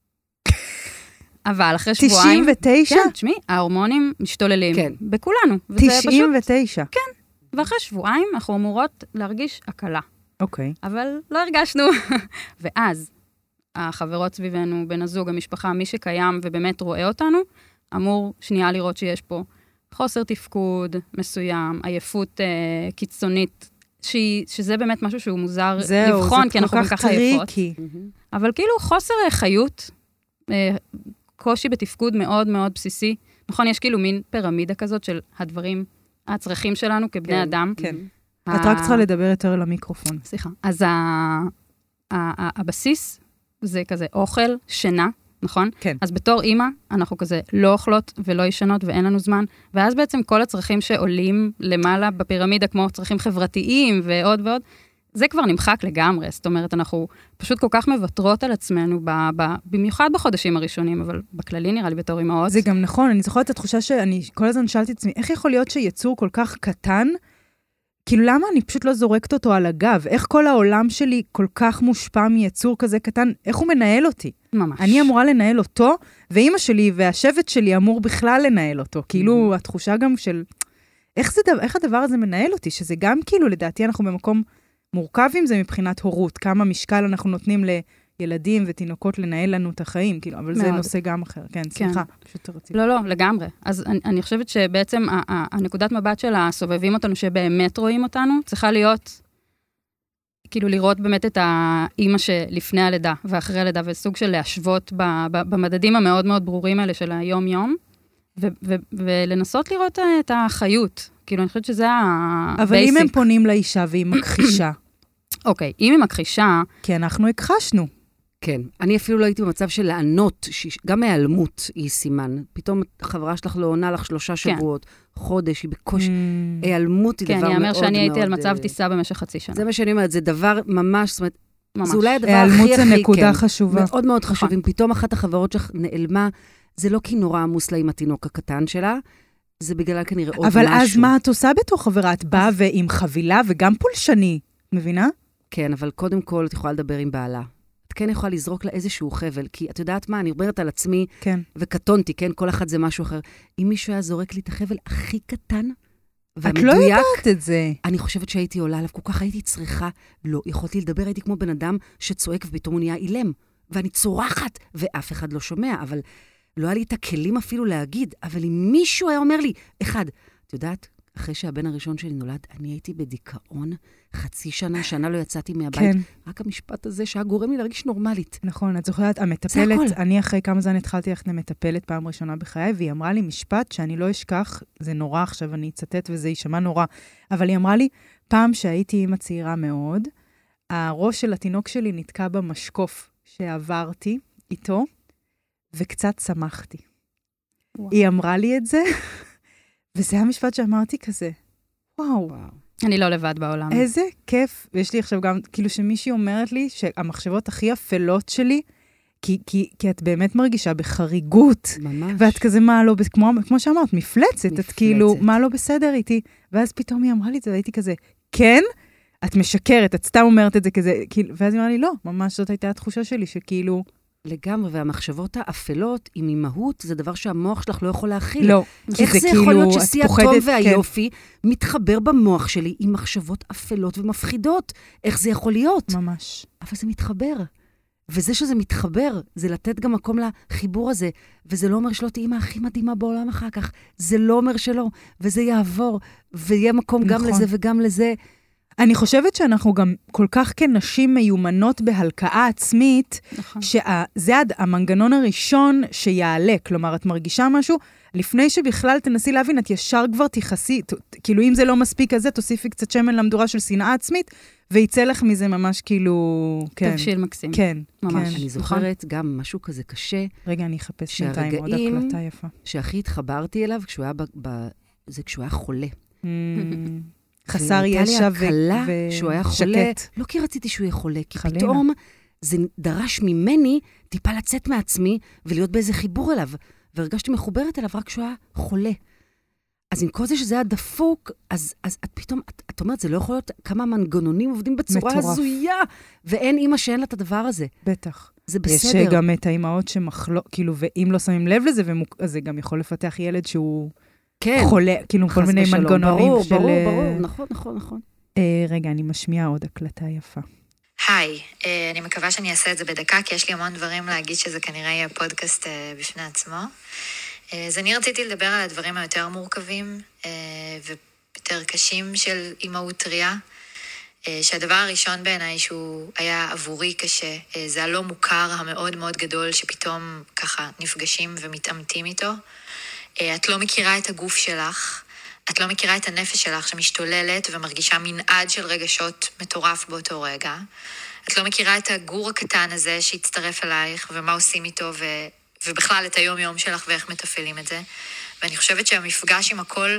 אבל אחרי שבועיים...
99?
כן, תשמעי, ההורמונים משתוללים.
כן.
בכולנו.
99?
כן. ואחרי שבועיים אנחנו אמורות להרגיש הקלה.
אוקיי.
אבל לא הרגשנו. ואז החברות סביבנו, בן הזוג, המשפחה, מי שקיים ובאמת רואה אותנו, אמור שנייה לראות שיש פה חוסר תפקוד מסוים, עייפות קיצונית, שזה באמת משהו שהוא מוזר לבחון, כי אנחנו כל כך עייפות. אבל כאילו חוסר חיות, קושי בתפקוד מאוד מאוד בסיסי. נכון, יש כאילו מין פירמידה כזאת של הדברים, הצרכים שלנו כבני אדם.
כן. את רק צריכה לדבר יותר למיקרופון.
סליחה. אז הבסיס זה כזה אוכל, שינה, נכון?
כן.
אז בתור אימא, אנחנו כזה לא אוכלות ולא ישנות ואין לנו זמן, ואז בעצם כל הצרכים שעולים למעלה בפירמידה, כמו צרכים חברתיים ועוד ועוד, זה כבר נמחק לגמרי, זאת אומרת, אנחנו פשוט כל כך מבטרות על עצמנו, במיוחד בחודשים הראשונים, אבל בכללי נראה לי בתור אמהות.
זה גם נכון, אני זוכרת את התחושה שאני כל הזמן שאלתי את עצמי, איך יכול להיות שיצור כל כך קטן, כאילו, למה אני פשוט לא זורקת אותו על הגב? איך כל העולם שלי כל כך מושפע מיצור כזה קטן? איך הוא מנהל אותי?
ממש.
אני אמורה לנהל אותו, ואמא שלי והשבט שלי אמור בכלל לנהל אותו. כאילו, התחושה גם של... איך הדבר הזה מנהל אותי? שזה גם כאילו, לדעתי, אנחנו במקום מורכב עם זה מבחינת הורות. כמה משקל אנחנו נותנים לילדים ותינוקות לנהל לנו את החיים, כאילו, אבל זה נושא גם אחר. כן, סליחה, פשוט רציתי.
לא, לגמרי. אז אני חושבת שבעצם הנקודת מבט של הסובבים אותנו, שבאמת רואים אותנו, צריכה להיות, כאילו לראות באמת את האימא שלפני הלידה ואחרי הלידה, וסוג של להשוות במדדים המאוד מאוד ברורים האלה של היום-יום, ולנסות לראות את החיות. כאילו, אני חושבת שזה הבייסיק.
אבל אם הם פונים לאישה והיא מכחישה.
אוקיי, אם היא מכחישה...
כי אנחנו הכחשנו.
כן, אני אפילו לא הייתי במצב של לענות, גם ההיעלמות היא סימן. פתאום החברה שלך לא עונה לך 3 שבועות, חודש, היא בקושי. היעלמות היא דבר מאוד מאוד...
כן, אני אומר שאני הייתי על מצב טיסה במשך חצי שנה.
זה מה שאני אומרת, זה דבר ממש, זאת אומרת, זה אולי הדבר
הכי הכי, נקודה חשובה.
מאוד מאוד חשוב. אם פתאום אחת החברות שלך נעלמה, זה לא כי נורא עמוס לה עם התינוק הקטן שלה, זה בגלל כנראה עוד משהו.
אבל אז מה את עושה בתור חברה? את באה ועם חבילה וגם פולשני, מבינה?
כן, אבל קודם כל את יכולה לדבר עם בעלה. את כן יכולה לזרוק לה איזשהו חבל, כי את יודעת מה, אני אומרת על עצמי,
כן.
וקטונתי, כן? כל אחד זה משהו אחר. אם מישהו היה זורק לי את החבל הכי קטן,
את לא יודעת את זה.
אני חושבת שהייתי עולה עליו, כל כך הייתי צריכה, לא, יכולתי לדבר, הייתי כמו בן אדם שצועק ופתאום הוא נהיה אילם, ואני צורחת, ואף אחד לא שומע, אבל לא היה לי את הכלים אפילו להגיד, אבל אם מישהו היה אומר לי, אחד, את יודעת, אחרי שהבן הראשון שלי נולד, אני הייתי בדיכאון, חצי שנה לא יצאתי מהבית,
כן.
רק המשפט הזה שהיה גורם לי להרגיש נורמלית.
נכון, את זוכרת, המטפלת, אני אחרי כמה זמן התחלתי ללכת למטפלת פעם ראשונה בחיי, והיא אמרה לי משפט שאני לא אשכח, זה נורא, עכשיו אני אצטט וזה יישמע נורא, אבל היא אמרה לי, פעם שהייתי אמא צעירה מאוד, הראש של התינוק שלי נתקע במשקוף שעברתי איתו, וקצת שמחתי. היא אמרה לי את זה, וזה המשפט שאמרתי כזה, וואו.
אני לא לבד בעולם.
איזה כיף. ויש לי עכשיו גם, כאילו שמישהי אומרת לי, שהמחשבות הכי אפלות שלי, כי את באמת מרגישה בחריגות. ממש. ואת כזה, מה לא, כמו שאמרת, מפלצת. את כאילו, מה לא בסדר איתי? ואז פתאום היא אמרה לי את זה, והייתי כזה, כן, את משקרת, את סתם אומרת את זה כזה, ואז היא אמרה לי, לא, ממש זאת הייתה התחושה שלי, שכאילו...
לגמרי, והמחשבות האפלות עם אימהות, זה דבר שהמוח שלך לא יכול להכיל.
לא,
איך זה יכול להיות ששיא הטוב והיופי מתחבר במוח שלי עם מחשבות אפלות ומפחידות? איך זה יכול להיות?
ממש.
אבל זה מתחבר. וזה שזה מתחבר, זה לתת גם מקום לחיבור הזה, וזה לא אומר שלא תהיה אימא הכי מדהימה בעולם אחר כך. זה לא אומר שלא, וזה יעבור, ויהיה מקום גם לזה וגם לזה.
אני חושבת שאנחנו גם כל כך כנשים מיומנות בהלקאה עצמית, שזה המנגנון הראשון שיעלה, כלומר, את מרגישה משהו, לפני שבכלל תנסי להבין, את ישר כבר תיחסי, כאילו אם זה לא מספיק הזה, תוסיפי קצת שמן למדורה של שנאה עצמית, ויצא לך מזה ממש כאילו...
תבשיל מקסים.
כן,
ממש.
אני זוכרת גם משהו כזה קשה.
רגע, אני אחפש בינתיים עוד הקלטה יפה.
שהכי התחברתי אליו, כשהוא היה חולה.
חסר ישע
ושקט. שהוא היה חולה, לא כי רציתי שהוא יהיה חולה, כי פתאום זה דרש ממני טיפה לצאת מעצמי ולהיות באיזה חיבור אליו, והרגשתי מחוברת אליו רק כשהוא היה חולה. אז עם כל זה שזה היה דפוק, אז את פתאום, את אומרת, זה לא יכול להיות כמה מנגנונים עובדים בצורה הזויה, ואין אימא שאין לה את הדבר הזה.
בטח.
זה בסדר.
יש גם את האימהות כאילו, ואם לא שמים לב לזה, אז זה גם יכול לפתח ילד שהוא...
כן.
חולה, כאילו כל מיני מנגנונים של...
ברור, נכון.
רגע, אני משמיעה עוד הקלטה יפה.
היי, אני מקווה שאני אעשה את זה בדקה, כי יש לי המון דברים להגיד שזה כנראה יהיה פודקאסט בפני עצמו. אז אני רציתי לדבר על הדברים היותר מורכבים ויותר קשים של אימהות טריה, שהדבר הראשון בעיניי שהוא היה עבורי קשה, זה הלא מוכר המאוד מאוד גדול שפתאום ככה נפגשים ומתעמתים איתו. את לא מכירה את הגוף שלך, את לא מכירה את הנפש שלך שמשתוללת ומרגישה מנעד של רגשות מטורף באותו רגע. את לא מכירה את הגור הקטן הזה שהצטרף אלייך ומה עושים איתו ובכלל את היום-יום שלך ואיך מטפלים את זה. ואני חושבת שהמפגש עם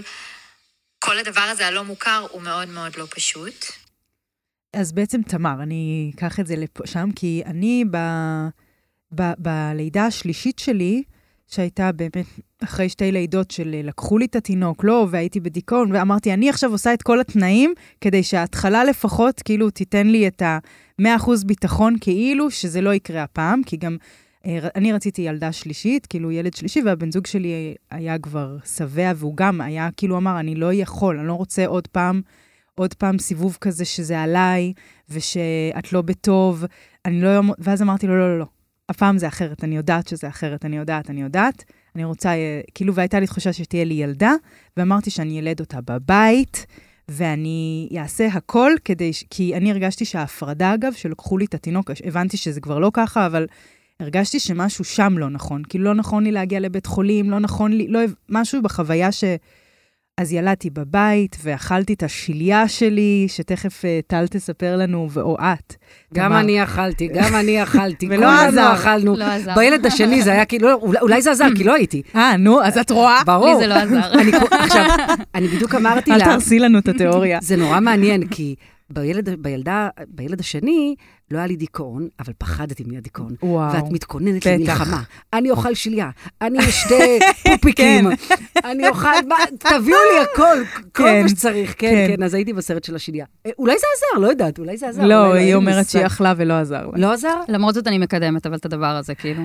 כל הדבר הזה הלא מוכר הוא מאוד מאוד לא פשוט.
אז בעצם תמר, אני אקח את זה שם, כי אני בלידה השלישית שלי, שהייתה באמת אחרי 2 לידות של לקחו לי את התינוק, לא, והייתי בדיכאון, ואמרתי, אני עכשיו עושה את כל התנאים, כדי שההתחלה לפחות, כאילו, תיתן לי את ה-100% ביטחון, כאילו שזה לא יקרה הפעם, כי גם אני רציתי ילדה שלישית, כאילו ילד שלישי, והבן זוג שלי היה כבר שבע, והוא גם היה, כאילו אמר, אני לא יכול, אני לא רוצה עוד פעם סיבוב כזה שזה עליי, ושאת לא בטוב, ואז אמרתי לו, לא, הפעם זה אחרת, אני יודעת שזה אחרת, אני יודעת, אני רוצה, כאילו, והייתה לי תחושה שתהיה לי ילדה, ואמרתי שאני ילד אותה בבית, ואני אעשה הכל כי אני הרגשתי שההפרדה, אגב, שלקחו לי את התינוק, הבנתי שזה כבר לא ככה, אבל הרגשתי שמשהו שם לא נכון, כאילו לא נכון לי להגיע לבית חולים, לא נכון לי, משהו בחוויה אז ילדתי בבית, ואכלתי את השיליה שלי, שתכף טל תספר לנו, או את.
גם אני אכלתי,
ולא עזר.
אכלנו. בילד השני זה היה כאילו, אולי זה עזר, כי לא הייתי.
נו, אז את רואה?
ברור.
לי זה לא עזר.
עכשיו, אני בדיוק אמרתי לה...
אל תרסי לנו את התיאוריה.
זה נורא מעניין, כי בילד השני, לא היה לי דיכאון, אבל פחדתי מהדיכאון. ואת מתכוננת למלחמה. אני אוכל שליה, אני אשתה פופיקים, אני אוכל, תביאו לי הכל, כל מה שצריך. כן, אז הייתי בסרט של השליה. אולי זה עזר, לא יודעת, אולי זה עזר.
לא, היא אומרת שהיא אכלה ולא עזר.
לא עזר?
למרות זאת אני מקדמת, אבל את הדבר הזה, כאילו.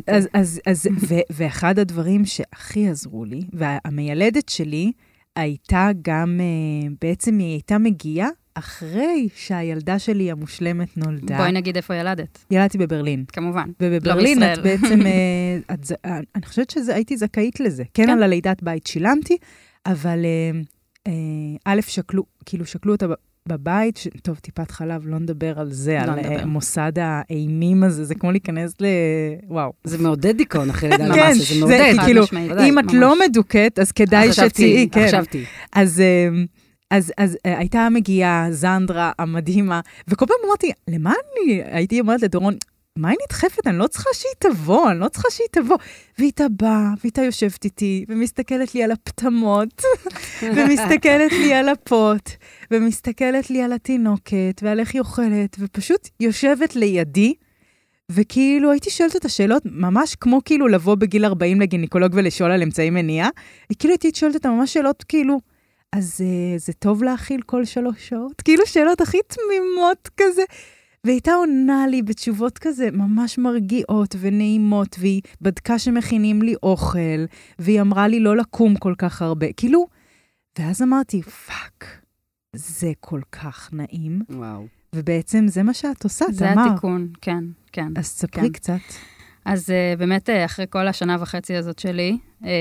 ואחד הדברים שהכי עזרו לי, והמיילדת שלי הייתה גם, בעצם היא הייתה מגיעה, אחרי שהילדה שלי המושלמת נולדה.
בואי נגיד איפה ילדת.
ילדתי בברלין.
כמובן.
ובברלין את בעצם, אני חושבת שהייתי זכאית לזה. כן, על הלידת בית שילמתי, אבל א' שקלו אותה בבית, טוב, טיפת חלב, לא נדבר על זה, על מוסד האימים הזה, זה כמו להיכנס וואו.
זה מעודד דיכאון אחרי לידה
כן,
למעשה, זה מעודד.
כאילו, אם את לא מדוקת, אז כדאי שתהיי, כן.
חשבתי.
אז הייתה מגיעה זנדרה המדהימה, וכל פעם אמרתי, למה הייתי אומרת לדורון, מה היא נדחפת? אני לא צריכה שהיא תבוא, והיא באה, והיא יושבת איתי, ומסתכלת לי על הפתמות, ומסתכלת לי על הפות, ומסתכלת לי על התינוקת, ועל איך היא אוכלת, ופשוט יושבת לידי, וכאילו הייתי שואלת את השאלות, ממש כמו כאילו לבוא בגיל 40 לגינקולוג ולשאול על אמצעי מניעה, כאילו הייתי שואלת אותה ממש שאלות כאילו, אז זה טוב להאכיל כל 3 שעות? כאילו שאלות הכי תמימות כזה. והייתה עונה לי בתשובות כזה ממש מרגיעות ונעימות, והיא בדקה שמכינים לי אוכל, והיא אמרה לי לא לקום כל כך הרבה. כאילו, ואז אמרתי, פאק, זה כל כך נעים.
וואו.
ובעצם זה מה שאת עושה, תמר.
זה התיקון, כן, כן.
אז ספרי קצת.
אז באמת, אחרי כל 1.5 שנה הזאת שלי,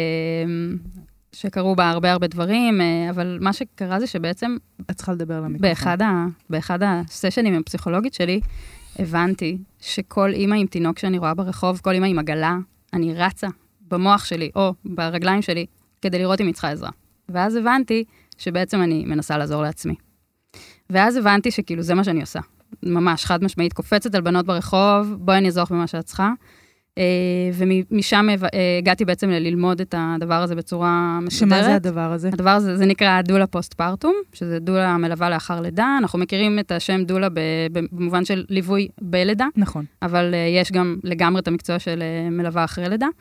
שקרו בה הרבה דברים, אבל מה שקרה זה שבעצם...
את צריכה לדבר למיקרופון.
באחד הסשנים עם הפסיכולוגית שלי, הבנתי שכל אימא עם תינוק שאני רואה ברחוב, כל אימא עם עגלה, אני רצה במוח שלי או ברגליים שלי, כדי לראות אם היא צריכה עזרה. ואז הבנתי שבעצם אני מנסה לעזור לעצמי. ואז הבנתי שכאילו זה מה שאני עושה. ממש חד משמעית, קופצת על בנות ברחוב, בואי אני אעזור במה שאת צריכה. ומשם הגעתי בעצם ללמוד את הדבר הזה בצורה מסודרת.
שמה זה הדבר הזה?
הדבר הזה, זה נקרא דולה פוסט-פרטום, שזה דולה מלווה לאחר לידה. אנחנו מכירים את השם דולה במובן של ליווי בלידה.
נכון.
אבל יש גם לגמרי את המקצוע של מלווה אחרי לידה.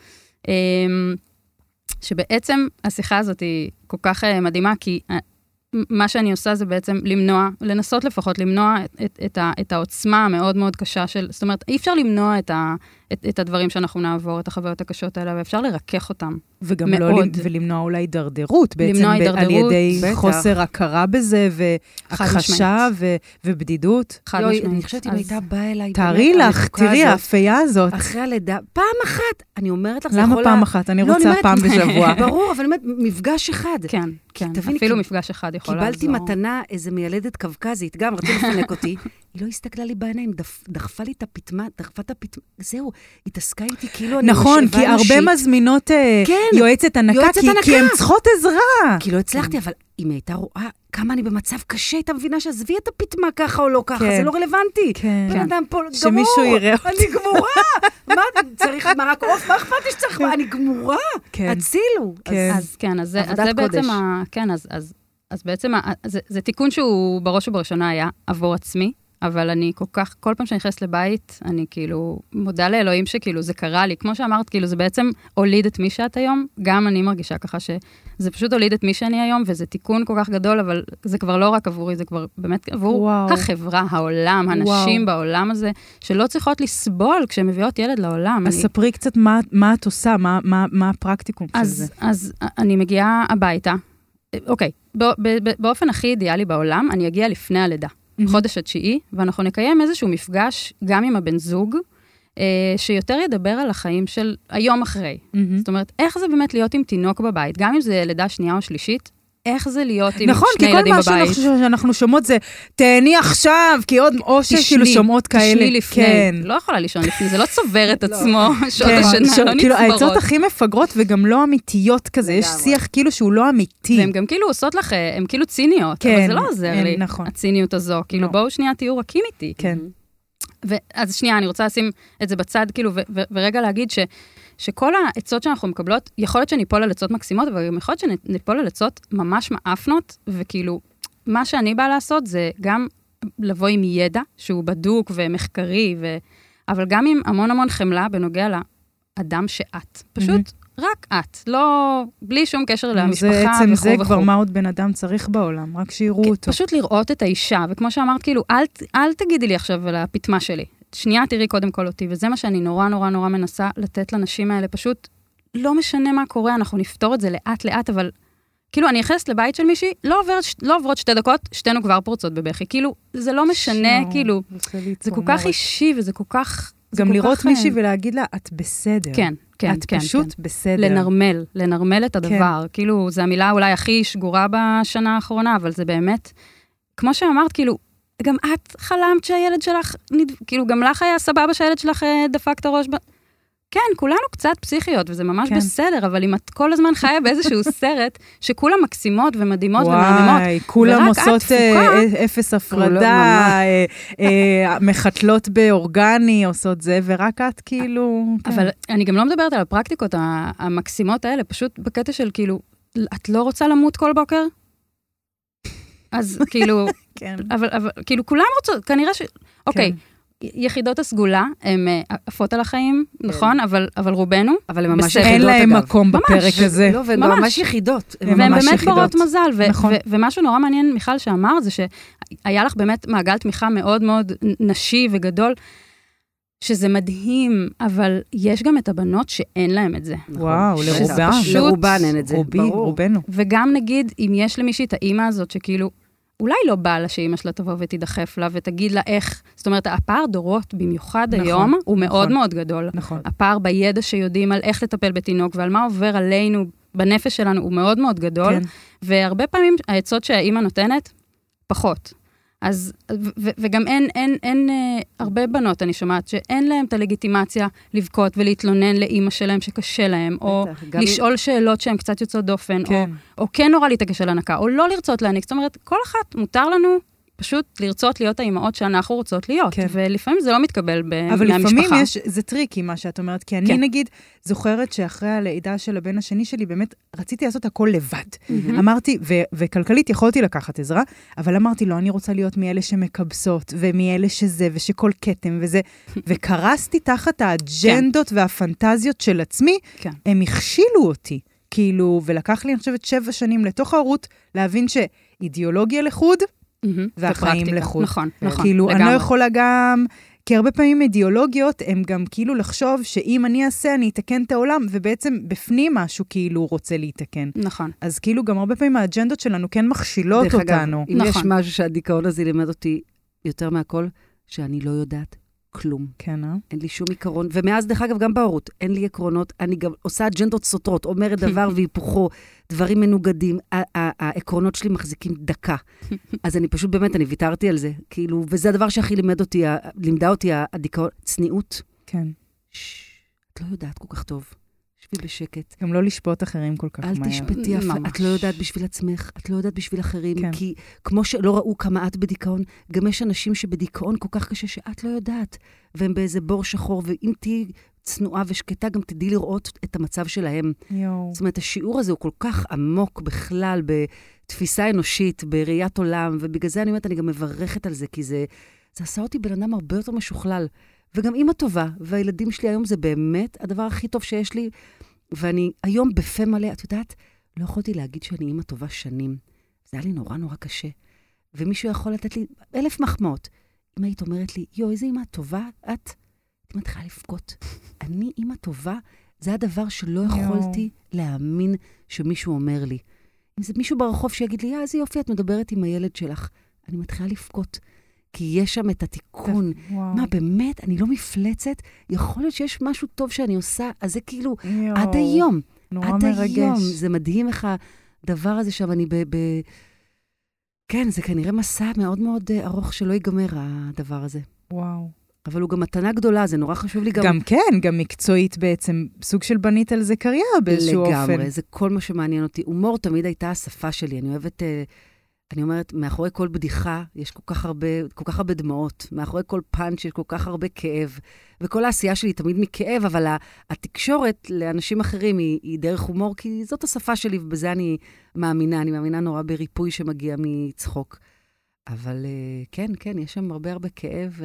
שבעצם השיחה הזאת היא כל כך מדהימה, כי מה שאני עושה זה בעצם למנוע, לנסות לפחות למנוע את העוצמה המאוד מאוד קשה של, זאת אומרת, אי אפשר למנוע את הדברים שאנחנו נעבור, את החוויות הקשות האלה, ואפשר לרכך אותם.
וגם לא ולמנוע אולי דרדרות, בעצם על ידי חוסר הכרה בזה, והכחשה ובדידות.
חד משמעית.
אני חושבת אם הייתה באה אליי,
תארי לך, תראי, האפייה הזאת.
אחרי הלידה, פעם אחת, אני אומרת לך,
למה פעם אחת? אני רוצה פעם בשבוע.
ברור, אבל באמת, מפגש אחד.
כן, כן, אפילו מפגש אחד יכול לעזור.
קיבלתי מתנה, איזה מיילדת קווקזית, גם רצו לפנק אותי, היא לא הסתכלה לי בעיניים, דחפה לי את הפתמה, זהו, התעסקה איתי כאילו אני
נכון, כי הרבה מזמינות יועצת ענקה, כי הן צריכות עזרה.
כי לא הצלחתי, אבל אם הייתה רואה כמה אני במצב קשה, הייתה מבינה שעזבי את הפתמה ככה או לא ככה, זה לא רלוונטי. בן אדם פה גמור,
שמישהו יראה אותי.
אני גמורה. מה, צריך מרק עוף? מה אכפת לי שצריך? אני גמורה. הצילו.
אז כן, אז זה בעצם, כן, אז בעצם, זה תיקון שהוא בראש ובראשונה היה עבור עצמי, אבל אני כל פעם שאני נכנסת לבית, אני כאילו מודה לאלוהים שכאילו זה קרה לי. כמו שאמרת, כאילו זה בעצם הוליד את מי שאת היום, גם אני מרגישה ככה שזה פשוט הוליד את מי שאני היום, וזה תיקון כל כך גדול, אבל זה כבר לא רק עבורי, זה כבר באמת עבור החברה, העולם, הנשים בעולם הזה, שלא צריכות לסבול כשהן מביאות ילד לעולם.
אז ספרי קצת מה את עושה, מה הפרקטיקום של זה.
אז אני מגיעה הביתה, אוקיי, באופן הכי אידיאלי בעולם, אני אגיע לפני הלידה. חודש התשיעי, ואנחנו נקיים איזשהו מפגש גם עם הבן זוג, שיותר ידבר על החיים של היום אחרי. זאת אומרת, איך זה באמת להיות עם תינוק בבית, גם אם זה לידה שנייה או שלישית, איך זה להיות עם שני ילדים בבית.
נכון, כי כל מה שאנחנו שומעות זה, תהני עכשיו, כי עוד, או שכאילו שומעות כאלה.
תשני לפני. לא יכולה לישון לפני, זה לא צובר את עצמו, שעות השנה לא נצברות.
כאילו, העצות הכי מפגרות וגם לא אמיתיות כזה, יש שיח כאילו שהוא לא אמיתי.
והן גם כאילו עושות לך, הן כאילו ציניות, אבל זה לא עוזר לי, הציניות הזו. כאילו, בואו שנייה תהיו רכים איתי.
כן.
אז שנייה, אני רוצה לשים את זה בצד, כאילו, ורגע להגיד שכל העצות שאנחנו מקבלות, יכול להיות שניפול על עצות מקסימות, אבל גם יכול להיות שניפול על עצות ממש מאפנות, וכאילו, מה שאני באה לעשות זה גם לבוא עם ידע, שהוא בדוק ומחקרי, אבל גם עם המון המון חמלה בנוגע לאדם שאת. פשוט רק את, לא, בלי שום קשר למשפחה וכו' וכו'.
זה כבר מה עוד בן אדם צריך בעולם, רק שיראו אותו.
פשוט לראות את האישה, וכמו שאמרת, כאילו, אל תגידי לי עכשיו על הפתמה שלי. שנייה תראי קודם כל אותי, וזה מה שאני נורא נורא נורא מנסה לתת לנשים האלה, פשוט לא משנה מה קורה, אנחנו נפתור את זה לאט לאט, אבל כאילו אני נכנסת לבית של מישהי, לא עוברות 2 דקות, שתינו כבר פורצות בבכי, כאילו זה לא משנה, כאילו, זה כל כך אישי וזה כל כך...
גם לראות מישהי ולהגיד לה, את בסדר.
כן, כן,
את פשוט בסדר.
לנרמל את הדבר, כאילו, זו המילה אולי הכי שגורה בשנה האחרונה, אבל זה באמת, כמו שאמרת, כאילו, גם את חלמת שהילד שלך, כאילו גם לך היה סבבה שהילד שלך דפק את הראש. כן, כולנו קצת פסיכיות, וזה ממש בסדר, אבל אם את כל הזמן חיה באיזשהו סרט, שכולם מקסימות ומדהימות ומהממות,
וואי, כולם עושות אפס הפרדה, מחתלות באורגני, עושות זה, ורק את כאילו...
אבל אני גם לא מדברת על הפרקטיקות המקסימות האלה, פשוט בקטע של כאילו, את לא רוצה למות כל בוקר? אז כאילו... אבל כאילו כולם רוצות, כנראה ש... אוקיי, יחידות הסגולה, הן עפות על החיים, נכון? אבל רובנו...
אבל הן ממש יחידות,
אין להם מקום בפרק הזה.
לא, והן ממש יחידות.
והן באמת ברות מזל. ומשהו נורא מעניין, מיכל, שאמר, זה שהיה לך באמת מעגל תמיכה מאוד מאוד נשי וגדול, שזה מדהים, אבל יש גם את הבנות שאין להם את זה.
וואו,
לרובן אין את זה, ברור.
רובנו.
וגם נגיד, אם יש למישהי את האימא הזאת, שכאילו, אולי לא בא לה שאימא שלה תבוא ותדחף לה, ותגיד לה איך, זאת אומרת, הפער דורות, במיוחד היום, הוא מאוד מאוד גדול.
נכון.
הפער בידע שיודעים על איך לטפל בתינוק, ועל מה עובר עלינו, בנפש שלנו, הוא מאוד מאוד גדול. והרבה פעמים, העצות שהאימא נותנת, פחות. אז, וגם אין הרבה בנות, אני שומעת, שאין להם את הלגיטימציה לבכות ולהתלונן לאימא שלהם שקשה להם, או לשאול שאלות שהן קצת יוצאות דופן, או כן נורא להתעקש על הנקה, או לא לרצות להעניק. זאת אומרת, כל אחת מותר לנו פשוט לרצות להיות האימהות שאנחנו רוצות להיות, ולפעמים זה לא מתקבל מהמשפחה.
אבל לפעמים זה טריקי מה שאת אומרת, כי אני נגיד זוכרת שאחרי הלידה של הבן השני שלי, באמת רציתי לעשות הכל לבד. אמרתי, וכלכלית יכולתי לקחת עזרה, אבל אמרתי, לא, אני רוצה להיות מאלה שמקבסות, ומאלה שזה, ושכל קטם וזה, וקרסתי תחת האג'נדות והפנטזיות של עצמי, הם הכשילו אותי, כאילו, ולקח לי, אני חושבת, 7 שנים לתוך ההורות, להבין שאידיאולוגיה לחוד, והחיים לחוד.
נכון, נכון.
כאילו, אני לא יכולה גם, כי הרבה פעמים אידיאולוגיות, הם גם כאילו לחשוב שאם אני אעשה, אני אתקן את העולם, ובעצם בפנים משהו כאילו רוצה להתקן.
נכון.
אז כאילו גם הרבה פעמים האג'נדות שלנו כן מכשילות אותנו.
אם יש משהו שהדיכאון הזה לימד אותי יותר מהכל, שאני לא יודעת כלום.
כן,
אין לי שום עיקרון, ומאז דרך אגב גם בהורות, אין לי עקרונות, אני גם עושה אג'נדות סותרות, אומרת דבר והיפוכו, דברים מנוגדים, העקרונות שלי מחזיקים דקה. אז אני פשוט באמת, אני ויתרתי על זה, כאילו, וזה הדבר שהכי לימדה אותי הדיכאון, צניעות.
כן.
את לא יודעת כל כך טוב. שבי בשקט.
גם לא לשפוט אחרים כל כך מהר.
אל תשפטי, את לא יודעת בשביל עצמך, את לא יודעת בשביל אחרים, כי כמו שלא ראו כמה את בדיכאון, גם יש אנשים שבדיכאון כל כך קשה שאת לא יודעת, והם באיזה בור שחור, ואם תהי צנועה ושקטה, גם תדעי לראות את המצב שלהם. זאת אומרת, השיעור הזה הוא כל כך עמוק בכלל, בתפיסה אנושית, בראיית עולם, ובגלל זה אני אומרת, אני גם מברכת על זה, כי זה זה עשה אותי בן אדם הרבה יותר משוכלל. וגם אמא טובה, והילדים שלי היום זה באמת הדבר הכי טוב שיש לי, ואני היום בפה מלא, את יודעת, לא יכולתי להגיד שאני אמא טובה שנים. זה היה לי נורא נורא קשה. ומישהו יכול לתת לי 1000 מחמאות. אם היית אומרת לי, איזה אמא טובה את מתחילה לבכות. אני אמא טובה, זה הדבר שלא יכולתי להאמין שמישהו אומר לי. אם זה מישהו ברחוב שיגיד לי, איזה יופי, את מדברת עם הילד שלך. אני מתחילה לבכות. כי יש שם את התיקון. מה, באמת? אני לא מפלצת? יכול להיות שיש משהו טוב שאני עושה, אז זה כאילו, עד היום. עד היום. זה מדהים איך הדבר הזה שם, אני כן, זה כנראה מסע מאוד מאוד ארוך שלא ייגמר, הדבר הזה.
וואו.
אבל הוא גם מתנה גדולה, זה נורא חשוב לי גם...
גם כן, גם מקצועית בעצם, סוג של בנית על זה קריירה באיזשהו אופן.
לגמרי, זה כל מה שמעניין אותי. הומור תמיד הייתה השפה שלי, אני אוהבת... אני אומרת, מאחורי כל בדיחה יש כל כך הרבה דמעות, מאחורי כל פאנץ' יש כל כך הרבה כאב, וכל העשייה שלי תמיד מכאב, אבל התקשורת לאנשים אחרים היא דרך הומור, כי זאת השפה שלי, ובזה אני מאמינה נורא בריפוי שמגיע מצחוק. אבל כן, יש שם הרבה כאב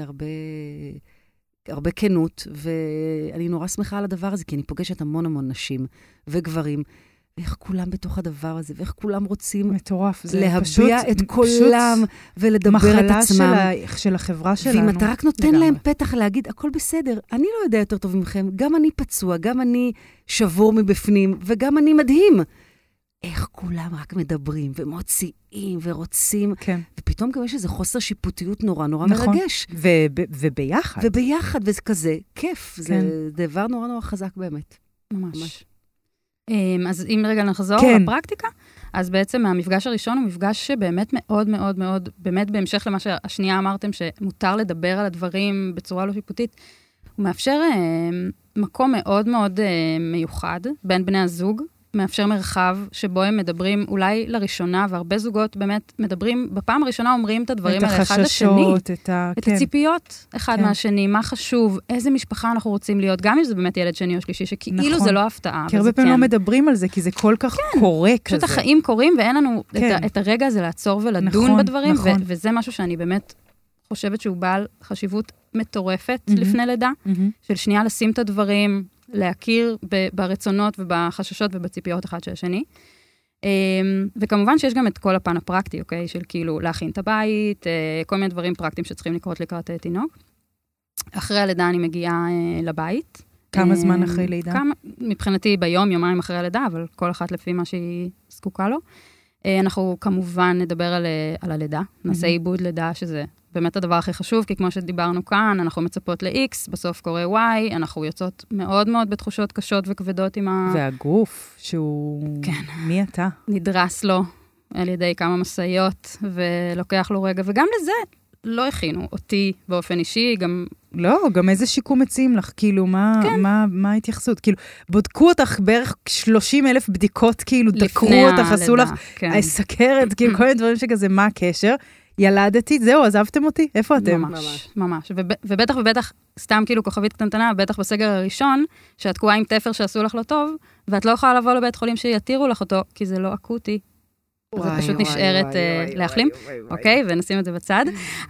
והרבה כנות, ואני נורא שמחה על הדבר הזה, כי אני פוגשת המון נשים וגברים, ואיך כולם בתוך הדבר הזה, ואיך כולם רוצים
מטורף,
להביע את קולם ולדבר את עצמם.
מחלה של החברה שלנו.
ואם אתה רק נותן להם פתח להגיד, הכל בסדר, אני לא יודע יותר טוב ממכם, גם אני פצוע, גם אני שבור מבפנים, וגם אני מדהים. איך כולם רק מדברים ומוציאים ורוצים,
כן.
ופתאום גם יש איזה חוסר שיפוטיות נורא מרגש.
וביחד.
וביחד, וזה כזה כיף. כן. זה דבר נורא חזק באמת.
ממש. אז אם רגע נחזור לפרקטיקה, אז בעצם המפגש הראשון הוא מפגש שבאמת מאוד מאוד מאוד, באמת בהמשך למה שהשנייה אמרתם, שמותר לדבר על הדברים בצורה לא שיפוטית, הוא מאפשר מקום מאוד מאוד מיוחד בין בני הזוג, מאפשר מרחב שבו הם מדברים אולי לראשונה, והרבה זוגות באמת מדברים, בפעם הראשונה אומרים את הדברים על אחד השני. את הציפיות אחד מהשני, מה חשוב, איזה משפחה אנחנו רוצים להיות, גם אם זה באמת ילד שני או שלישי, שכאילו זה לא הפתעה.
כי הרבה פעמים לא מדברים על זה, כי זה כל כך קורה כזה.
פשוט החיים קורים, ואין לנו את הרגע הזה לעצור ולדון בדברים, וזה משהו שאני באמת חושבת שהוא בעל חשיבות מטורפת לפני לידה, של שנייה לשים את הדברים, להכיר ברצונות ובחששות ובציפיות אחד של השני. וכמובן שיש גם את כל הפן הפרקטי, אוקיי? של כאילו להכין את הבית, כל מיני דברים פרקטיים שצריכים לקרות לקראת תינוק. אחרי הלידה אני מגיעה לבית.
כמה זמן אחרי לידה?
מבחינתי ביום, יומיים אחרי הלידה, אבל כל אחת לפי מה שהיא זקוקה לו. אנחנו כמובן נדבר על הלידה, נעשה עיבוד לידה, שזה באמת הדבר הכי חשוב, כי כמו שדיברנו כאן, אנחנו מצפות ל-X, בסוף קורה Y, אנחנו יוצאות מאוד מאוד בתחושות קשות וכבדות עם
והגוף, שהוא...
כן.
מי אתה?
נדרס לו על ידי כמה מסעיות, ולוקח לו רגע, וגם לזה לא הכינו אותי באופן אישי, גם...
לא, גם איזה שיקום מציעים לך, כאילו, מה ההתייחסות? כאילו, בודקו אותך בערך 30,000 בדיקות, כאילו, דקרו אותך, עשו לך סכרת, כאילו, כל מיני דברים שכזה, מה הקשר? ילדתי, זהו, עזבתם אותי? איפה אתם?
ממש. ובטח, סתם כאילו כוכבית קטנטנה, בטח בסגר הראשון, שאת תקועה עם תפר שעשו לך לא טוב, ואת לא יכולה לבוא לבית חולים שיתירו לך אותו, כי זה לא אקוטי. אז את פשוט נשארת להחלים, אוקיי? ונשים את זה בצד.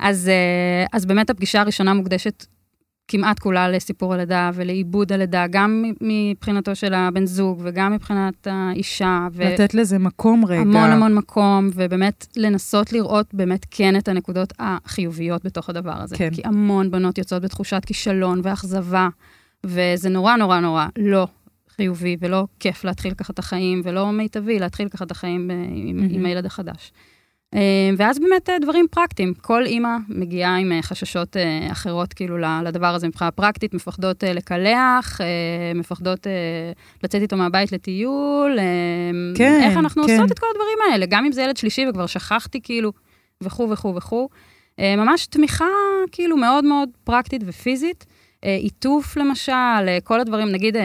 אז באמת הפגישה הראשונה מוקדשת כמעט כולה לסיפור הלידה ולעיבוד הלידה, גם מבחינתו של הבן זוג וגם מבחינת האישה.
לתת לזה מקום רגע.
המון מקום, ובאמת לנסות לראות באמת כן את הנקודות החיוביות בתוך הדבר הזה. כן. כי המון בנות יוצאות בתחושת כישלון ואכזבה, וזה נורא לא חיובי ולא כיף להתחיל ככה את החיים, ולא מיטבי להתחיל ככה את החיים עם הילד החדש. ואז באמת דברים פרקטיים. כל אימא מגיעה עם חששות אחרות כאילו לדבר הזה מבחינה פרקטית, מפחדות לקלח, מפחדות לצאת איתו מהבית לטיול, איך אנחנו עושות את כל הדברים האלה, גם אם זה ילד שלישי וכבר שכחתי כאילו, וכו'. ממש תמיכה כאילו מאוד מאוד פרקטית ופיזית, עיטוף למשל, כל הדברים, נגיד,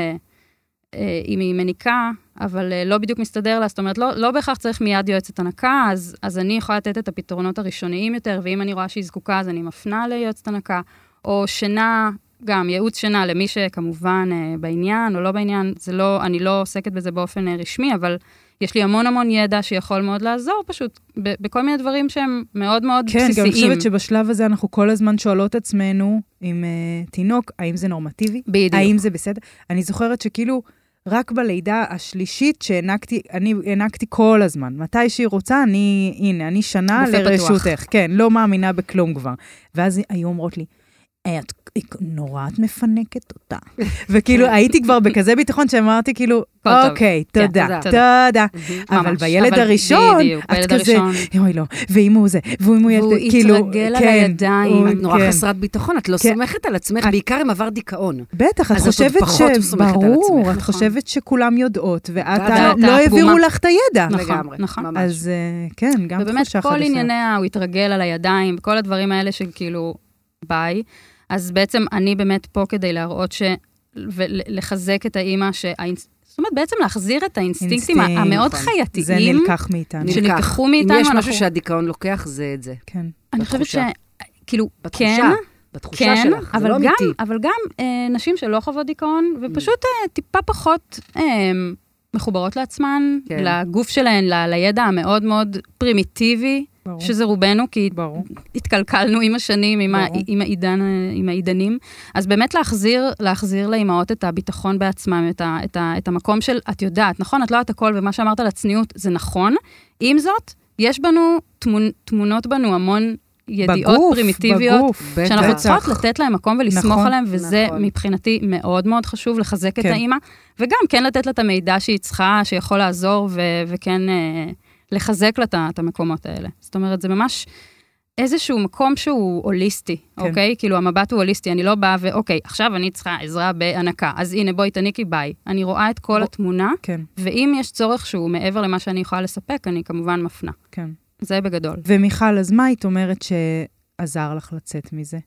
אם היא מניקה, אבל לא בדיוק מסתדר לה, זאת אומרת, לא בהכרח צריך מיד יועצת הנקה, אז אני יכולה לתת את הפתרונות הראשוניים יותר, ואם אני רואה שהיא זקוקה, אז אני מפנה ליועצת הנקה, או שינה, גם ייעוץ שינה למי שכמובן בעניין או לא בעניין, אני לא עוסקת בזה באופן רשמי, אבל יש לי המון ידע שיכול מאוד לעזור, פשוט בכל מיני דברים שהם מאוד מאוד בסיסיים.
כן, גם חושבת שבשלב הזה אנחנו כל הזמן שואלות עצמנו עם תינוק, האם זה נורמטיבי?
בדיוק.
האם זה בסדר? אני זוכרת שכאילו, רק בלידה השלישית אני הענקתי כל הזמן. מתי שהיא רוצה, אני שנה לרשותך. כן, לא מאמינה בכלום כבר. ואז היו אומרות לי, את מפנקת אותה. וכאילו, הייתי כבר בכזה ביטחון שאמרתי כאילו, אוקיי, תודה. אבל בילד הראשון, את כזה, אוי לא, ואם הוא זה, ואם הוא
והוא יתרגל על הידיים, את נורא חסרת ביטחון, את לא סומכת על עצמך, בעיקר אם עבר דיכאון.
בטח, את חושבת שכולם יודעות, ואת לא העבירו לך את הידע.
נכון.
אז כן, גם
ובאמת כל ענייניה, הוא יתרגל על הידיים, כל הדברים האלה של כאילו, ביי. אז בעצם אני באמת פה כדי להראות ולחזק את האמא, זאת אומרת, בעצם להחזיר את האינסטינקטים המאוד חייתיים.
זה נלקח מאיתנו.
שנלקחו מאיתנו.
אם יש משהו שהדיכאון לוקח, זה את זה.
כן.
אני חושבת שכאילו, כן,
בתחושה שלך, זה לא אמיתי.
אבל גם נשים שלא חוות דיכאון, ופשוט טיפה פחות מחוברות לעצמן, לגוף שלהן, לידע המאוד מאוד פרימיטיבי, שזה רובנו, כי התקלקלנו עם השנים, עם העידנים. אז באמת להחזיר לאמהות את הביטחון בעצמם, את המקום של, את יודעת, נכון? את לא יודעת הכל, ומה שאמרת על הצניעות, זה נכון. עם זאת, יש בנו, תמונות בנו המון ידיעות פרימיטיביות, שאנחנו צריכות לתת להם מקום ולסמוך עליהם, וזה מבחינתי מאוד מאוד חשוב לחזק את האמא, וגם כן לתת לה את המידע שהיא צריכה, שיכול לעזור, וכן לחזק לה את המקומות האלה. זאת אומרת, זה ממש איזשהו מקום שהוא הוליסטי, אוקיי? כאילו, המבט הוא הוליסטי, אני לא באה ואוקיי, עכשיו אני צריכה עזרה בהנקה, אז הנה, בואי תניקי, ביי. אני רואה את כל התמונה, ואם יש צורך שהוא מעבר למה שאני יכולה לספק, אני כמובן מפנה.
כן.
זה בגדול.
ומיכל, אז מה היית אומרת שעזר לך לצאת מזה?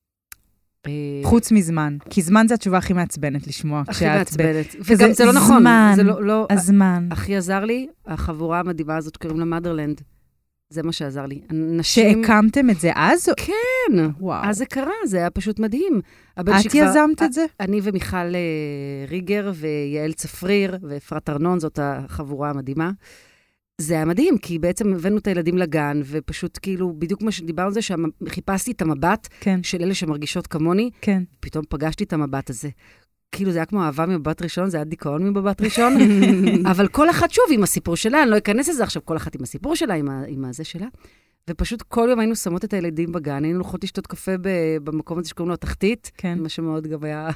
חוץ מזמן. כי זמן זה התשובה הכי מעצבנת לשמוע.
הכי מעצבנת. וגם זה לא נכון.
הזמן.
הכי עזר לי, החבורה המדהימה הזאת קוראים לה מדרלנד. זה מה שעזר לי.
שהקמתם את זה אז?
כן. אז זה קרה, זה היה פשוט מדהים.
את יזמת את זה?
אני ומיכל ריגר ויעל צפריר ואפרת ארנון, זאת החבורה המדהימה. זה היה מדהים, כי בעצם הבאנו את הילדים לגן, ופשוט כאילו, בדיוק מה שדיברנו על זה, שחיפשתי את המבט של אלה שמרגישות כמוני, פתאום פגשתי את המבט הזה. כאילו זה היה כמו אהבה מבט ראשון, זה היה דיכאון מבט ראשון, אבל כל אחת שוב עם הסיפור שלה, אני לא אכנס לזה עכשיו, כל אחת עם הסיפור שלה, עם הזה שלה, ופשוט כל יום היינו שמות את הילדים בגן, היינו הולכות לשתות קפה במקום הזה שקוראים לו התחתית, מה שמאוד גם היה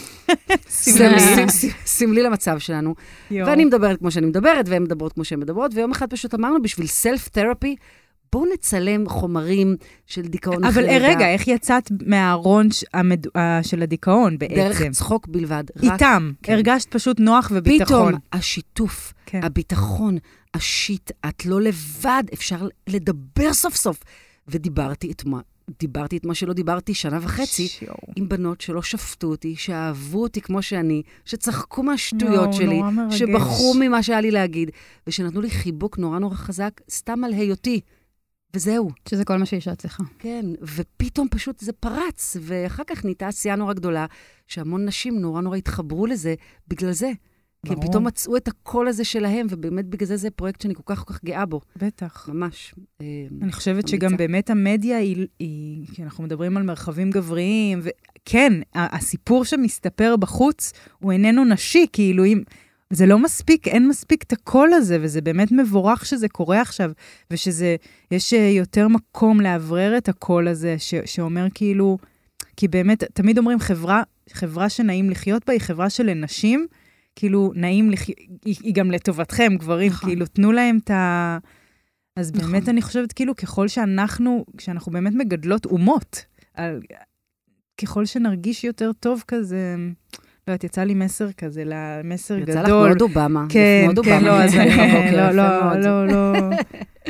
סמלי למצב שלנו. ואני מדברת כמו שאני מדברת, והן מדברות כמו שהן מדברות, ויום אחד פשוט אמרנו, בשביל סלף-תרפי, בואו נצלם חומרים של דיכאון אחרי לידה.
אבל רגע, איך יצאת מהארון של הדיכאון בעצם?
דרך צחוק בלבד.
איתם. הרגשת פשוט נוח וביטחון.
פתאום השיתוף, הביטחון, את לא לבד, אפשר לדבר סוף סוף. ודיברתי את מה שלא דיברתי שנה וחצי, עם בנות שלא שפטו אותי, שאהבו אותי כמו שאני, שצחקו מהשטויות שלי, שבחרו ממה שהיה לי להגיד, ושנתנו לי חיבוק נורא נורא חזק, סתם על היותי. וזהו.
שזה כל מה שאישה צריכה.
כן, ופתאום פשוט זה פרץ, ואחר כך נהייתה עשייה נורא גדולה, שהמון נשים נורא נורא התחברו לזה בגלל זה. כי הם פתאום מצאו את הקול הזה שלהם, ובאמת בגלל זה פרויקט שאני כל כך גאה בו.
בטח.
ממש.
אני חושבת שגם באמת המדיה היא, כי אנחנו מדברים על מרחבים גבריים, וכן, הסיפור שמסתפר בחוץ, הוא איננו נשי, כאילו זה לא מספיק, אין מספיק את הקול הזה, וזה באמת מבורך שזה קורה עכשיו, יש יותר מקום לעברר את הקול הזה, שאומר כאילו, כי באמת, תמיד אומרים חברה שנעים לחיות בה, היא חברה של נשים, כאילו נעים, היא גם לטובתכם, גברים, כאילו תנו להם את ה... אז באמת אני חושבת כאילו, ככל כשאנחנו באמת מגדלות אומות, ככל שנרגיש יותר טוב כזה... לא, יצא לי מסר כזה, למסר גדול.
יצא לך מאוד אובמה.
כן, לא, אז אני... לא.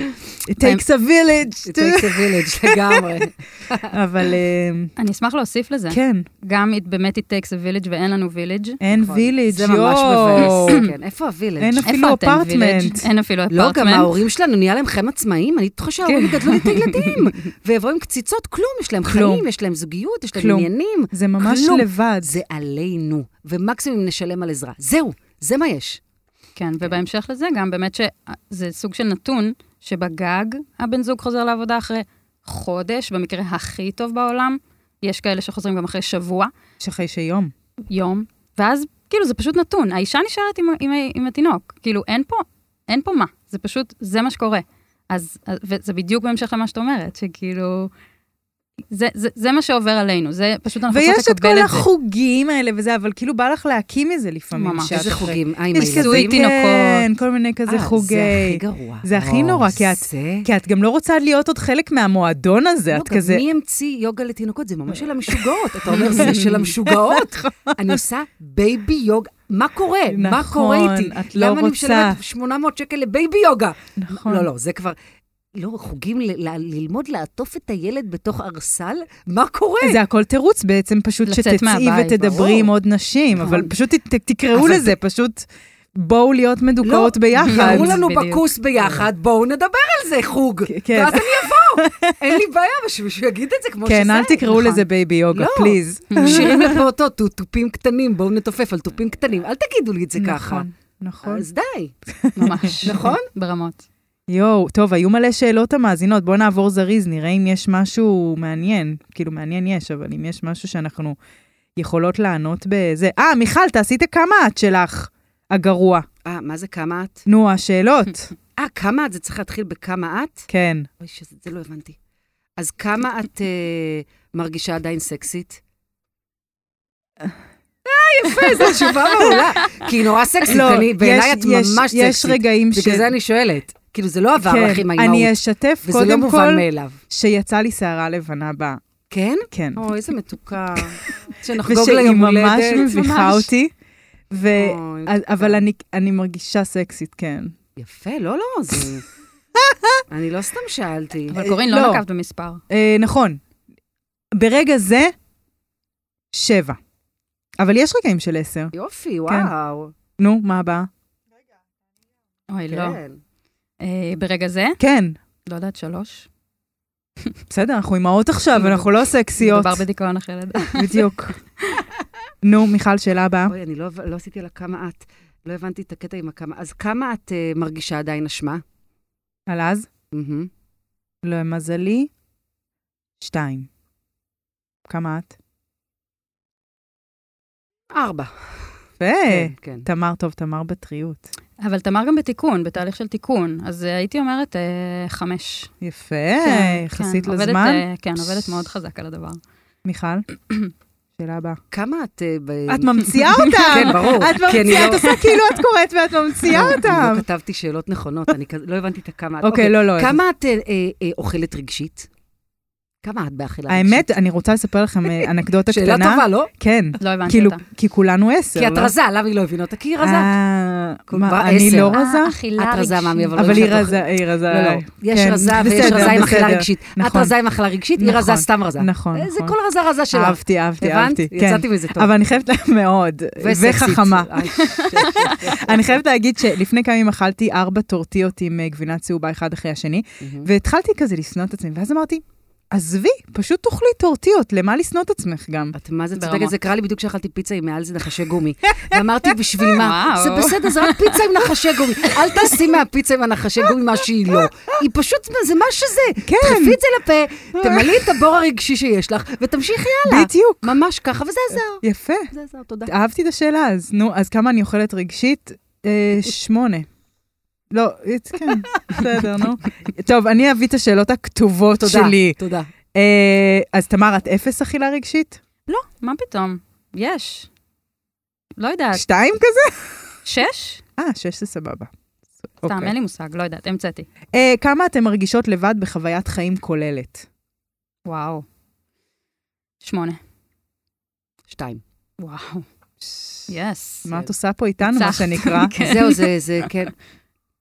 It takes a village.
It takes a village, לגמרי.
אבל...
אני אשמח להוסיף לזה.
כן.
גם באמת it takes a village ואין לנו village.
אין village,
זה ממש מבאס. כן, איפה הווילג'?
אין אפילו אפרטמנט.
אין אפילו אפרטמנט.
לא, גם ההורים שלנו נהיה להם חיים עצמאיים, אני חושבת שההורים יגדלו את הילדים, ויבואו עם קציצות, כלום, יש להם חיים, יש להם זוגיות, יש להם עניינים.
זה ממש לבד.
זה עלינו, ומקסימום נשלם על עזרה. זהו, זה מה יש.
כן, ובהמשך לזה גם באמת שזה סוג של נתון, שבגג הבן זוג חוזר לעבודה אחרי חודש, במקרה הכי טוב בעולם, יש כאלה שחוזרים גם אחרי שבוע.
אחרי שיום.
יום, ואז כאילו זה פשוט נתון, האישה נשארת עם התינוק, כאילו אין פה מה, זה פשוט, זה מה שקורה. אז, וזה בדיוק בהמשך למה שאת אומרת, שכאילו, זה מה שעובר עלינו, זה פשוט אנחנו צריכים לקבל את זה.
ויש את כל החוגים האלה וזה, אבל כאילו בא לך להקים מזה לפעמים.
ממש.
איזה חוגים? עם
יש כזה, כן, כל מיני כזה חוגי.
זה הכי גרוע.
זה הכי נורא, כי את גם לא רוצה להיות עוד חלק מהמועדון הזה, את כזה...
מי המציא יוגה לתינוקות? זה ממש של המשוגעות. אתה אומר, זה של המשוגעות. אני עושה בייבי יוגה. מה קורה? מה קורה איתי? למה אני משלמת 800 שקל לבייבי יוגה? לא, זה כבר... לא, חוגים ללמוד לעטוף את הילד בתוך ארסל? מה קורה?
זה הכל תירוץ בעצם, פשוט שתצאי ותדברי עם עוד נשים, אבל פשוט תקראו לזה, פשוט בואו להיות מדוכאות ביחד.
יראו לנו בקוס ביחד, בואו נדבר על זה, חוג. ואז אני אבוא. אין לי בעיה, ושמישהו יגיד את זה כמו שזה.
כן, אל תקראו לזה בייבי יוגה, פליז.
שירים לפעוטות, תופים קטנים, בואו נתופף על תופים קטנים. אל תגידו לי את זה ככה.
נכון.
אז די.
ממש.
נכון?
ברמות.
יואו, טוב, היו מלא שאלות המאזינות, בואו נעבור זריז, נראה אם יש משהו מעניין, כאילו מעניין יש, אבל אם יש משהו שאנחנו יכולות לענות בזה. מיכל, תעשית כמה את שלך, הגרוע.
מה זה כמה את?
נו, השאלות.
כמה את? זה צריך להתחיל בכמה את?
כן.
אוי, זה לא הבנתי. אז כמה את מרגישה עדיין סקסית? יפה, זו תשובה מעולה. כי היא נורא סקסית, בעיניי את ממש סקסית.
יש רגעים
בגלל זה אני שואלת. כאילו, זה לא עבר לך עם האימהות.
אני אשתף
קודם כל, וזה לא מובן מאליו.
שיצא לי שערה לבנה בה.
כן?
כן.
איזה מתוקה. שנחגוג ליום הולדת.
ושהיא ממש מביכה אותי. אבל אני מרגישה סקסית, כן.
יפה, לא, זה... אני לא סתם שאלתי.
אבל קורין, לא נקבת במספר.
נכון. ברגע זה, 7. אבל יש רגעים של 10.
יופי, וואו.
נו, מה הבא?
אוי, לא. ברגע זה?
כן.
לא יודעת, 3.
בסדר, אנחנו אימהות עכשיו, אנחנו לא סקסיות.
מדובר בדיכאון אחרי לידה.
בדיוק. נו, מיכל, שאלה הבאה.
אוי, אני לא עשיתי לה כמה את. לא הבנתי את הקטע עם הכמה. אז כמה את מרגישה עדיין אשמה?
על אז? לא, מזלי. 2. כמה את?
4.
כן. תמר טוב, תמר בטריות.
אבל תמר גם בתיקון, בתהליך של תיקון. אז הייתי אומרת 5.
יפה, יחסית לזמן.
כן, עובדת מאוד חזק על הדבר.
מיכל, שאלה הבאה.
כמה את...
את ממציאה אותם.
כן, ברור.
את ממציאה, את עושה כאילו את קוראת ואת ממציאה אותם.
אני לא כתבתי שאלות נכונות, אני לא הבנתי את כמה את...
אוקיי, לא.
כמה את אוכלת רגשית? כמה את באכילה רגשית?
האמת, אני רוצה לספר לכם אנקדוטה קטנה.
שאלה טובה, לא?
כן.
לא הבנתי אותה.
כי כולנו 10,
כי את רזה, למה היא לא הבינה אותה? כי היא רזה.
אני לא רזה?
את רזה, מאמי,
אבל היא רזה.
לא, יש רזה ויש רזה עם אכילה רגשית. את רזה עם אכילה רגשית, היא רזה סתם רזה.
נכון.
זה כל רזה שלך.
אהבתי.
הבנת? יצאתי מזה טוב.
אבל אני חייבת מאוד, וחכמה. אני חייבת להגיד שלפני כמה ימים אכלתי 4 טורטיות עם גבינה צהובה אחד אחרי השני, והתחלתי כזה לשנוא את עצמי, ואז אמרתי, עזבי, פשוט תאכלי טורטיות, למה לשנוא את עצמך גם?
את מה זה צודקת? זה קרה לי בדיוק שאכלתי פיצה עם מעל זה נחשי גומי. ואמרתי, בשביל מה? זה בסדר, זה רק פיצה עם נחשי גומי. אל תעשי מהפיצה עם הנחשי גומי מה שהיא לא. היא פשוט, זה מה שזה. תחפי את זה לפה, תמלאי את הבור הרגשי שיש לך, ותמשיכי הלאה.
בדיוק.
ממש ככה, וזה עזר.
יפה.
זה עזר, תודה.
אהבתי את השאלה, אז נו, אז כמה אני אוכלת רגשית? 8. לא, כן, בסדר, נו. טוב, אני אביא את השאלות הכתובות שלי.
תודה.
אז תמר, את 0 אכילה רגשית?
לא, מה פתאום? יש. לא יודעת.
2 כזה?
6?
6 זה סבבה.
סתם, אין לי מושג, לא יודעת, המצאתי.
כמה אתם מרגישות לבד בחוויית חיים כוללת?
וואו. 8.
2.
וואו. יס.
מה את עושה פה איתנו, מה שנקרא?
זהו, זה, כן.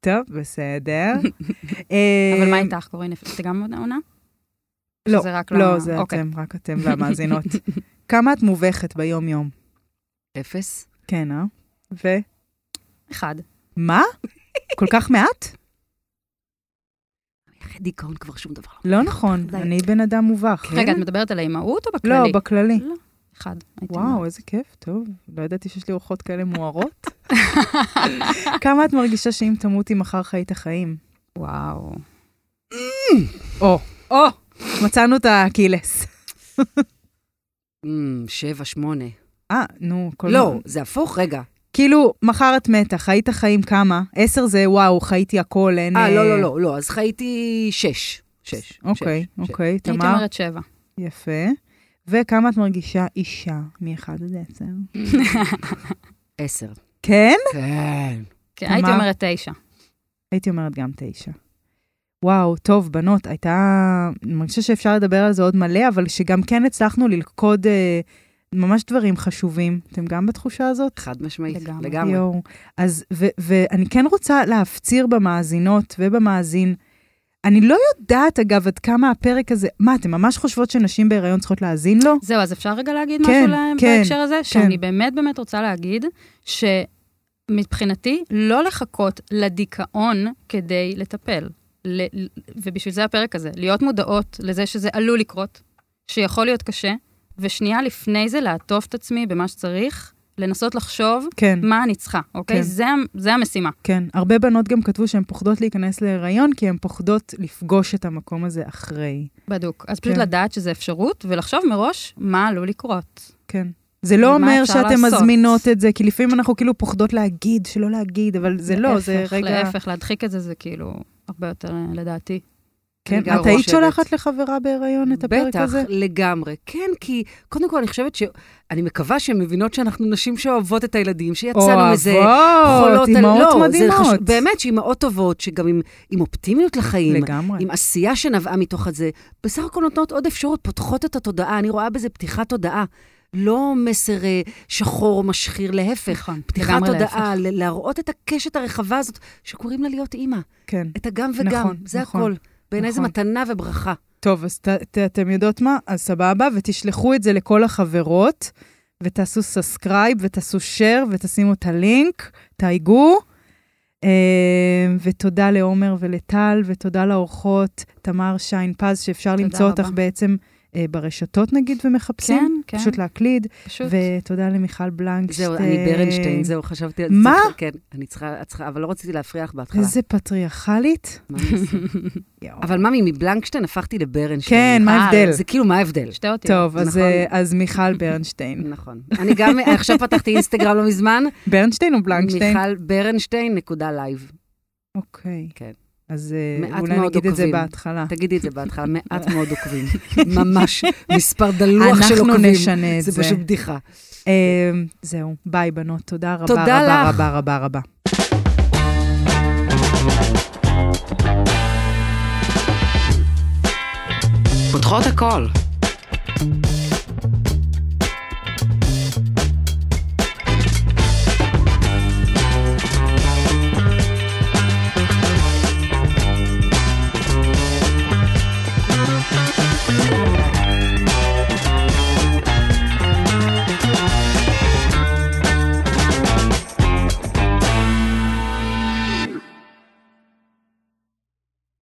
טוב, בסדר.
אבל מה איתך, קוראים? אתה גם עונה?
לא, זה אתם, רק אתם והמאזינות. כמה את מובכת ביום-יום?
0.
כן,
1.
מה? כל כך מעט?
דיכאון כבר שום דבר.
לא נכון, אני בן אדם מובך.
רגע, את מדברת על האימהות או בכללי?
לא, בכללי.
1.
וואו, איזה כיף, טוב. לא ידעתי שיש לי אורחות כאלה מוארות. כמה את מרגישה שאם תמותי מחר חיית החיים?
וואו.
מצאנו את הקילס.
7, 8.
נו.
לא, זה הפוך, רגע.
כאילו, מחר את מתה, חיית החיים כמה? 10 זה וואו, חייתי הכל, אין...
לא, אז חייתי 6. 6.
אוקיי,
הייתי אומרת 7.
יפה. וכמה את מרגישה אישה מ-1 עד 10?
10.
כן?
כן.
הייתי אומרת 9.
הייתי אומרת גם 9. וואו, טוב, בנות, אני מרגישה שאפשר לדבר על זה עוד מלא, אבל שגם כן הצלחנו ללכוד ממש דברים חשובים. אתם גם בתחושה הזאת?
חד משמעית, לגמרי.
אז, ואני כן רוצה להפציר במאזינות ובמאזין, אני לא יודעת, אגב, עד כמה הפרק הזה, מה, אתם ממש חושבות שנשים בהיריון צריכות להאזין לו?
זהו, אז אפשר רגע להגיד משהו בהקשר הזה? שאני באמת רוצה להגיד, שמבחינתי, לא לחכות לדיכאון כדי לטפל. ובשביל זה הפרק הזה, להיות מודעות לזה שזה עלול לקרות, שיכול להיות קשה, ושנייה לפני זה לעטוף את עצמי במה שצריך, לנסות לחשוב מה אני צריכה, אוקיי? זה המשימה.
כן, הרבה בנות גם כתבו שהן פוחדות להיכנס להיריון, כי הן פוחדות לפגוש את המקום הזה אחרי.
בדוק. אז פשוט לדעת שזה אפשרות, ולחשוב מראש מה עלול לקרות.
כן. זה לא אומר שאתם מזמינות את זה, כי לפעמים אנחנו כאילו פוחדות להגיד, שלא להגיד, אבל זה לא, זה רגע...
להפך, להדחיק את זה, זה כאילו הרבה יותר לדעתי.
כן, את היית שולחת לחברה בהיריון את הפרק הזה?
בטח, לגמרי. כן, כי קודם כל אני חושבת אני מקווה שהן מבינות שאנחנו נשים שאוהבות את הילדים, שיצאנו מזה
חולות, אימהות מדהימות.
באמת שאימהות טובות, שגם עם אופטימיות לחיים,
לגמרי.
עם עשייה שנבעה מתוך את זה, בסך הכל נותנות עוד אפשרות, פותחות את התודעה, אני רואה בזה פתיחת תודעה. לא מסר שחור או משחיר, להפך. פתיחת תודעה, להראות את הקשת הרחבה הזאת, שקוראים לה להיות אימא.
כן.
את הגם וגם, זה הכל. בעיניי זה מתנה וברכה.
טוב, אז אתם יודעות מה? אז סבבה, ותשלחו את זה לכל החברות, ותעשו סאסקרייב, ותעשו share, ותשימו את הלינק, תייגו, ותודה לעומר ולטל, ותודה לאורחות, תמר שיין פז, שאפשר למצוא אותך בעצם ברשתות נגיד ומחפשים,
כן,
פשוט
כן.
להקליד,
פשוט.
ותודה למיכל בלנקשטיין.
זהו, אני ברנשטיין, זהו, חשבתי...
מה?
כן, אני צריכה, אבל לא רציתי להפריח בהתחלה.
איזה פטריארכלית.
אבל ממי, מבלנקשטיין הפכתי לברנשטיין.
כן, מה ההבדל?
זה כאילו, מה ההבדל?
שתי אותי.
טוב, אז מיכל ברנשטיין.
נכון. אני גם, עכשיו פתחתי אינסטגרם לא מזמן.
ברנשטיין או בלנקשטיין?
מיכל ברנשטיין.live.
אוקיי.
כן.
אז אולי נגיד את זה בהתחלה.
תגידי את זה בהתחלה, מעט מאוד עוקבים. ממש, מספר דלוח של עוקבים.
אנחנו נשנה את זה.
זה פשוט בדיחה.
זהו, ביי בנות, תודה רבה
תודה
רבה
לך.
רבה רבה רבה.
פותחות הכל.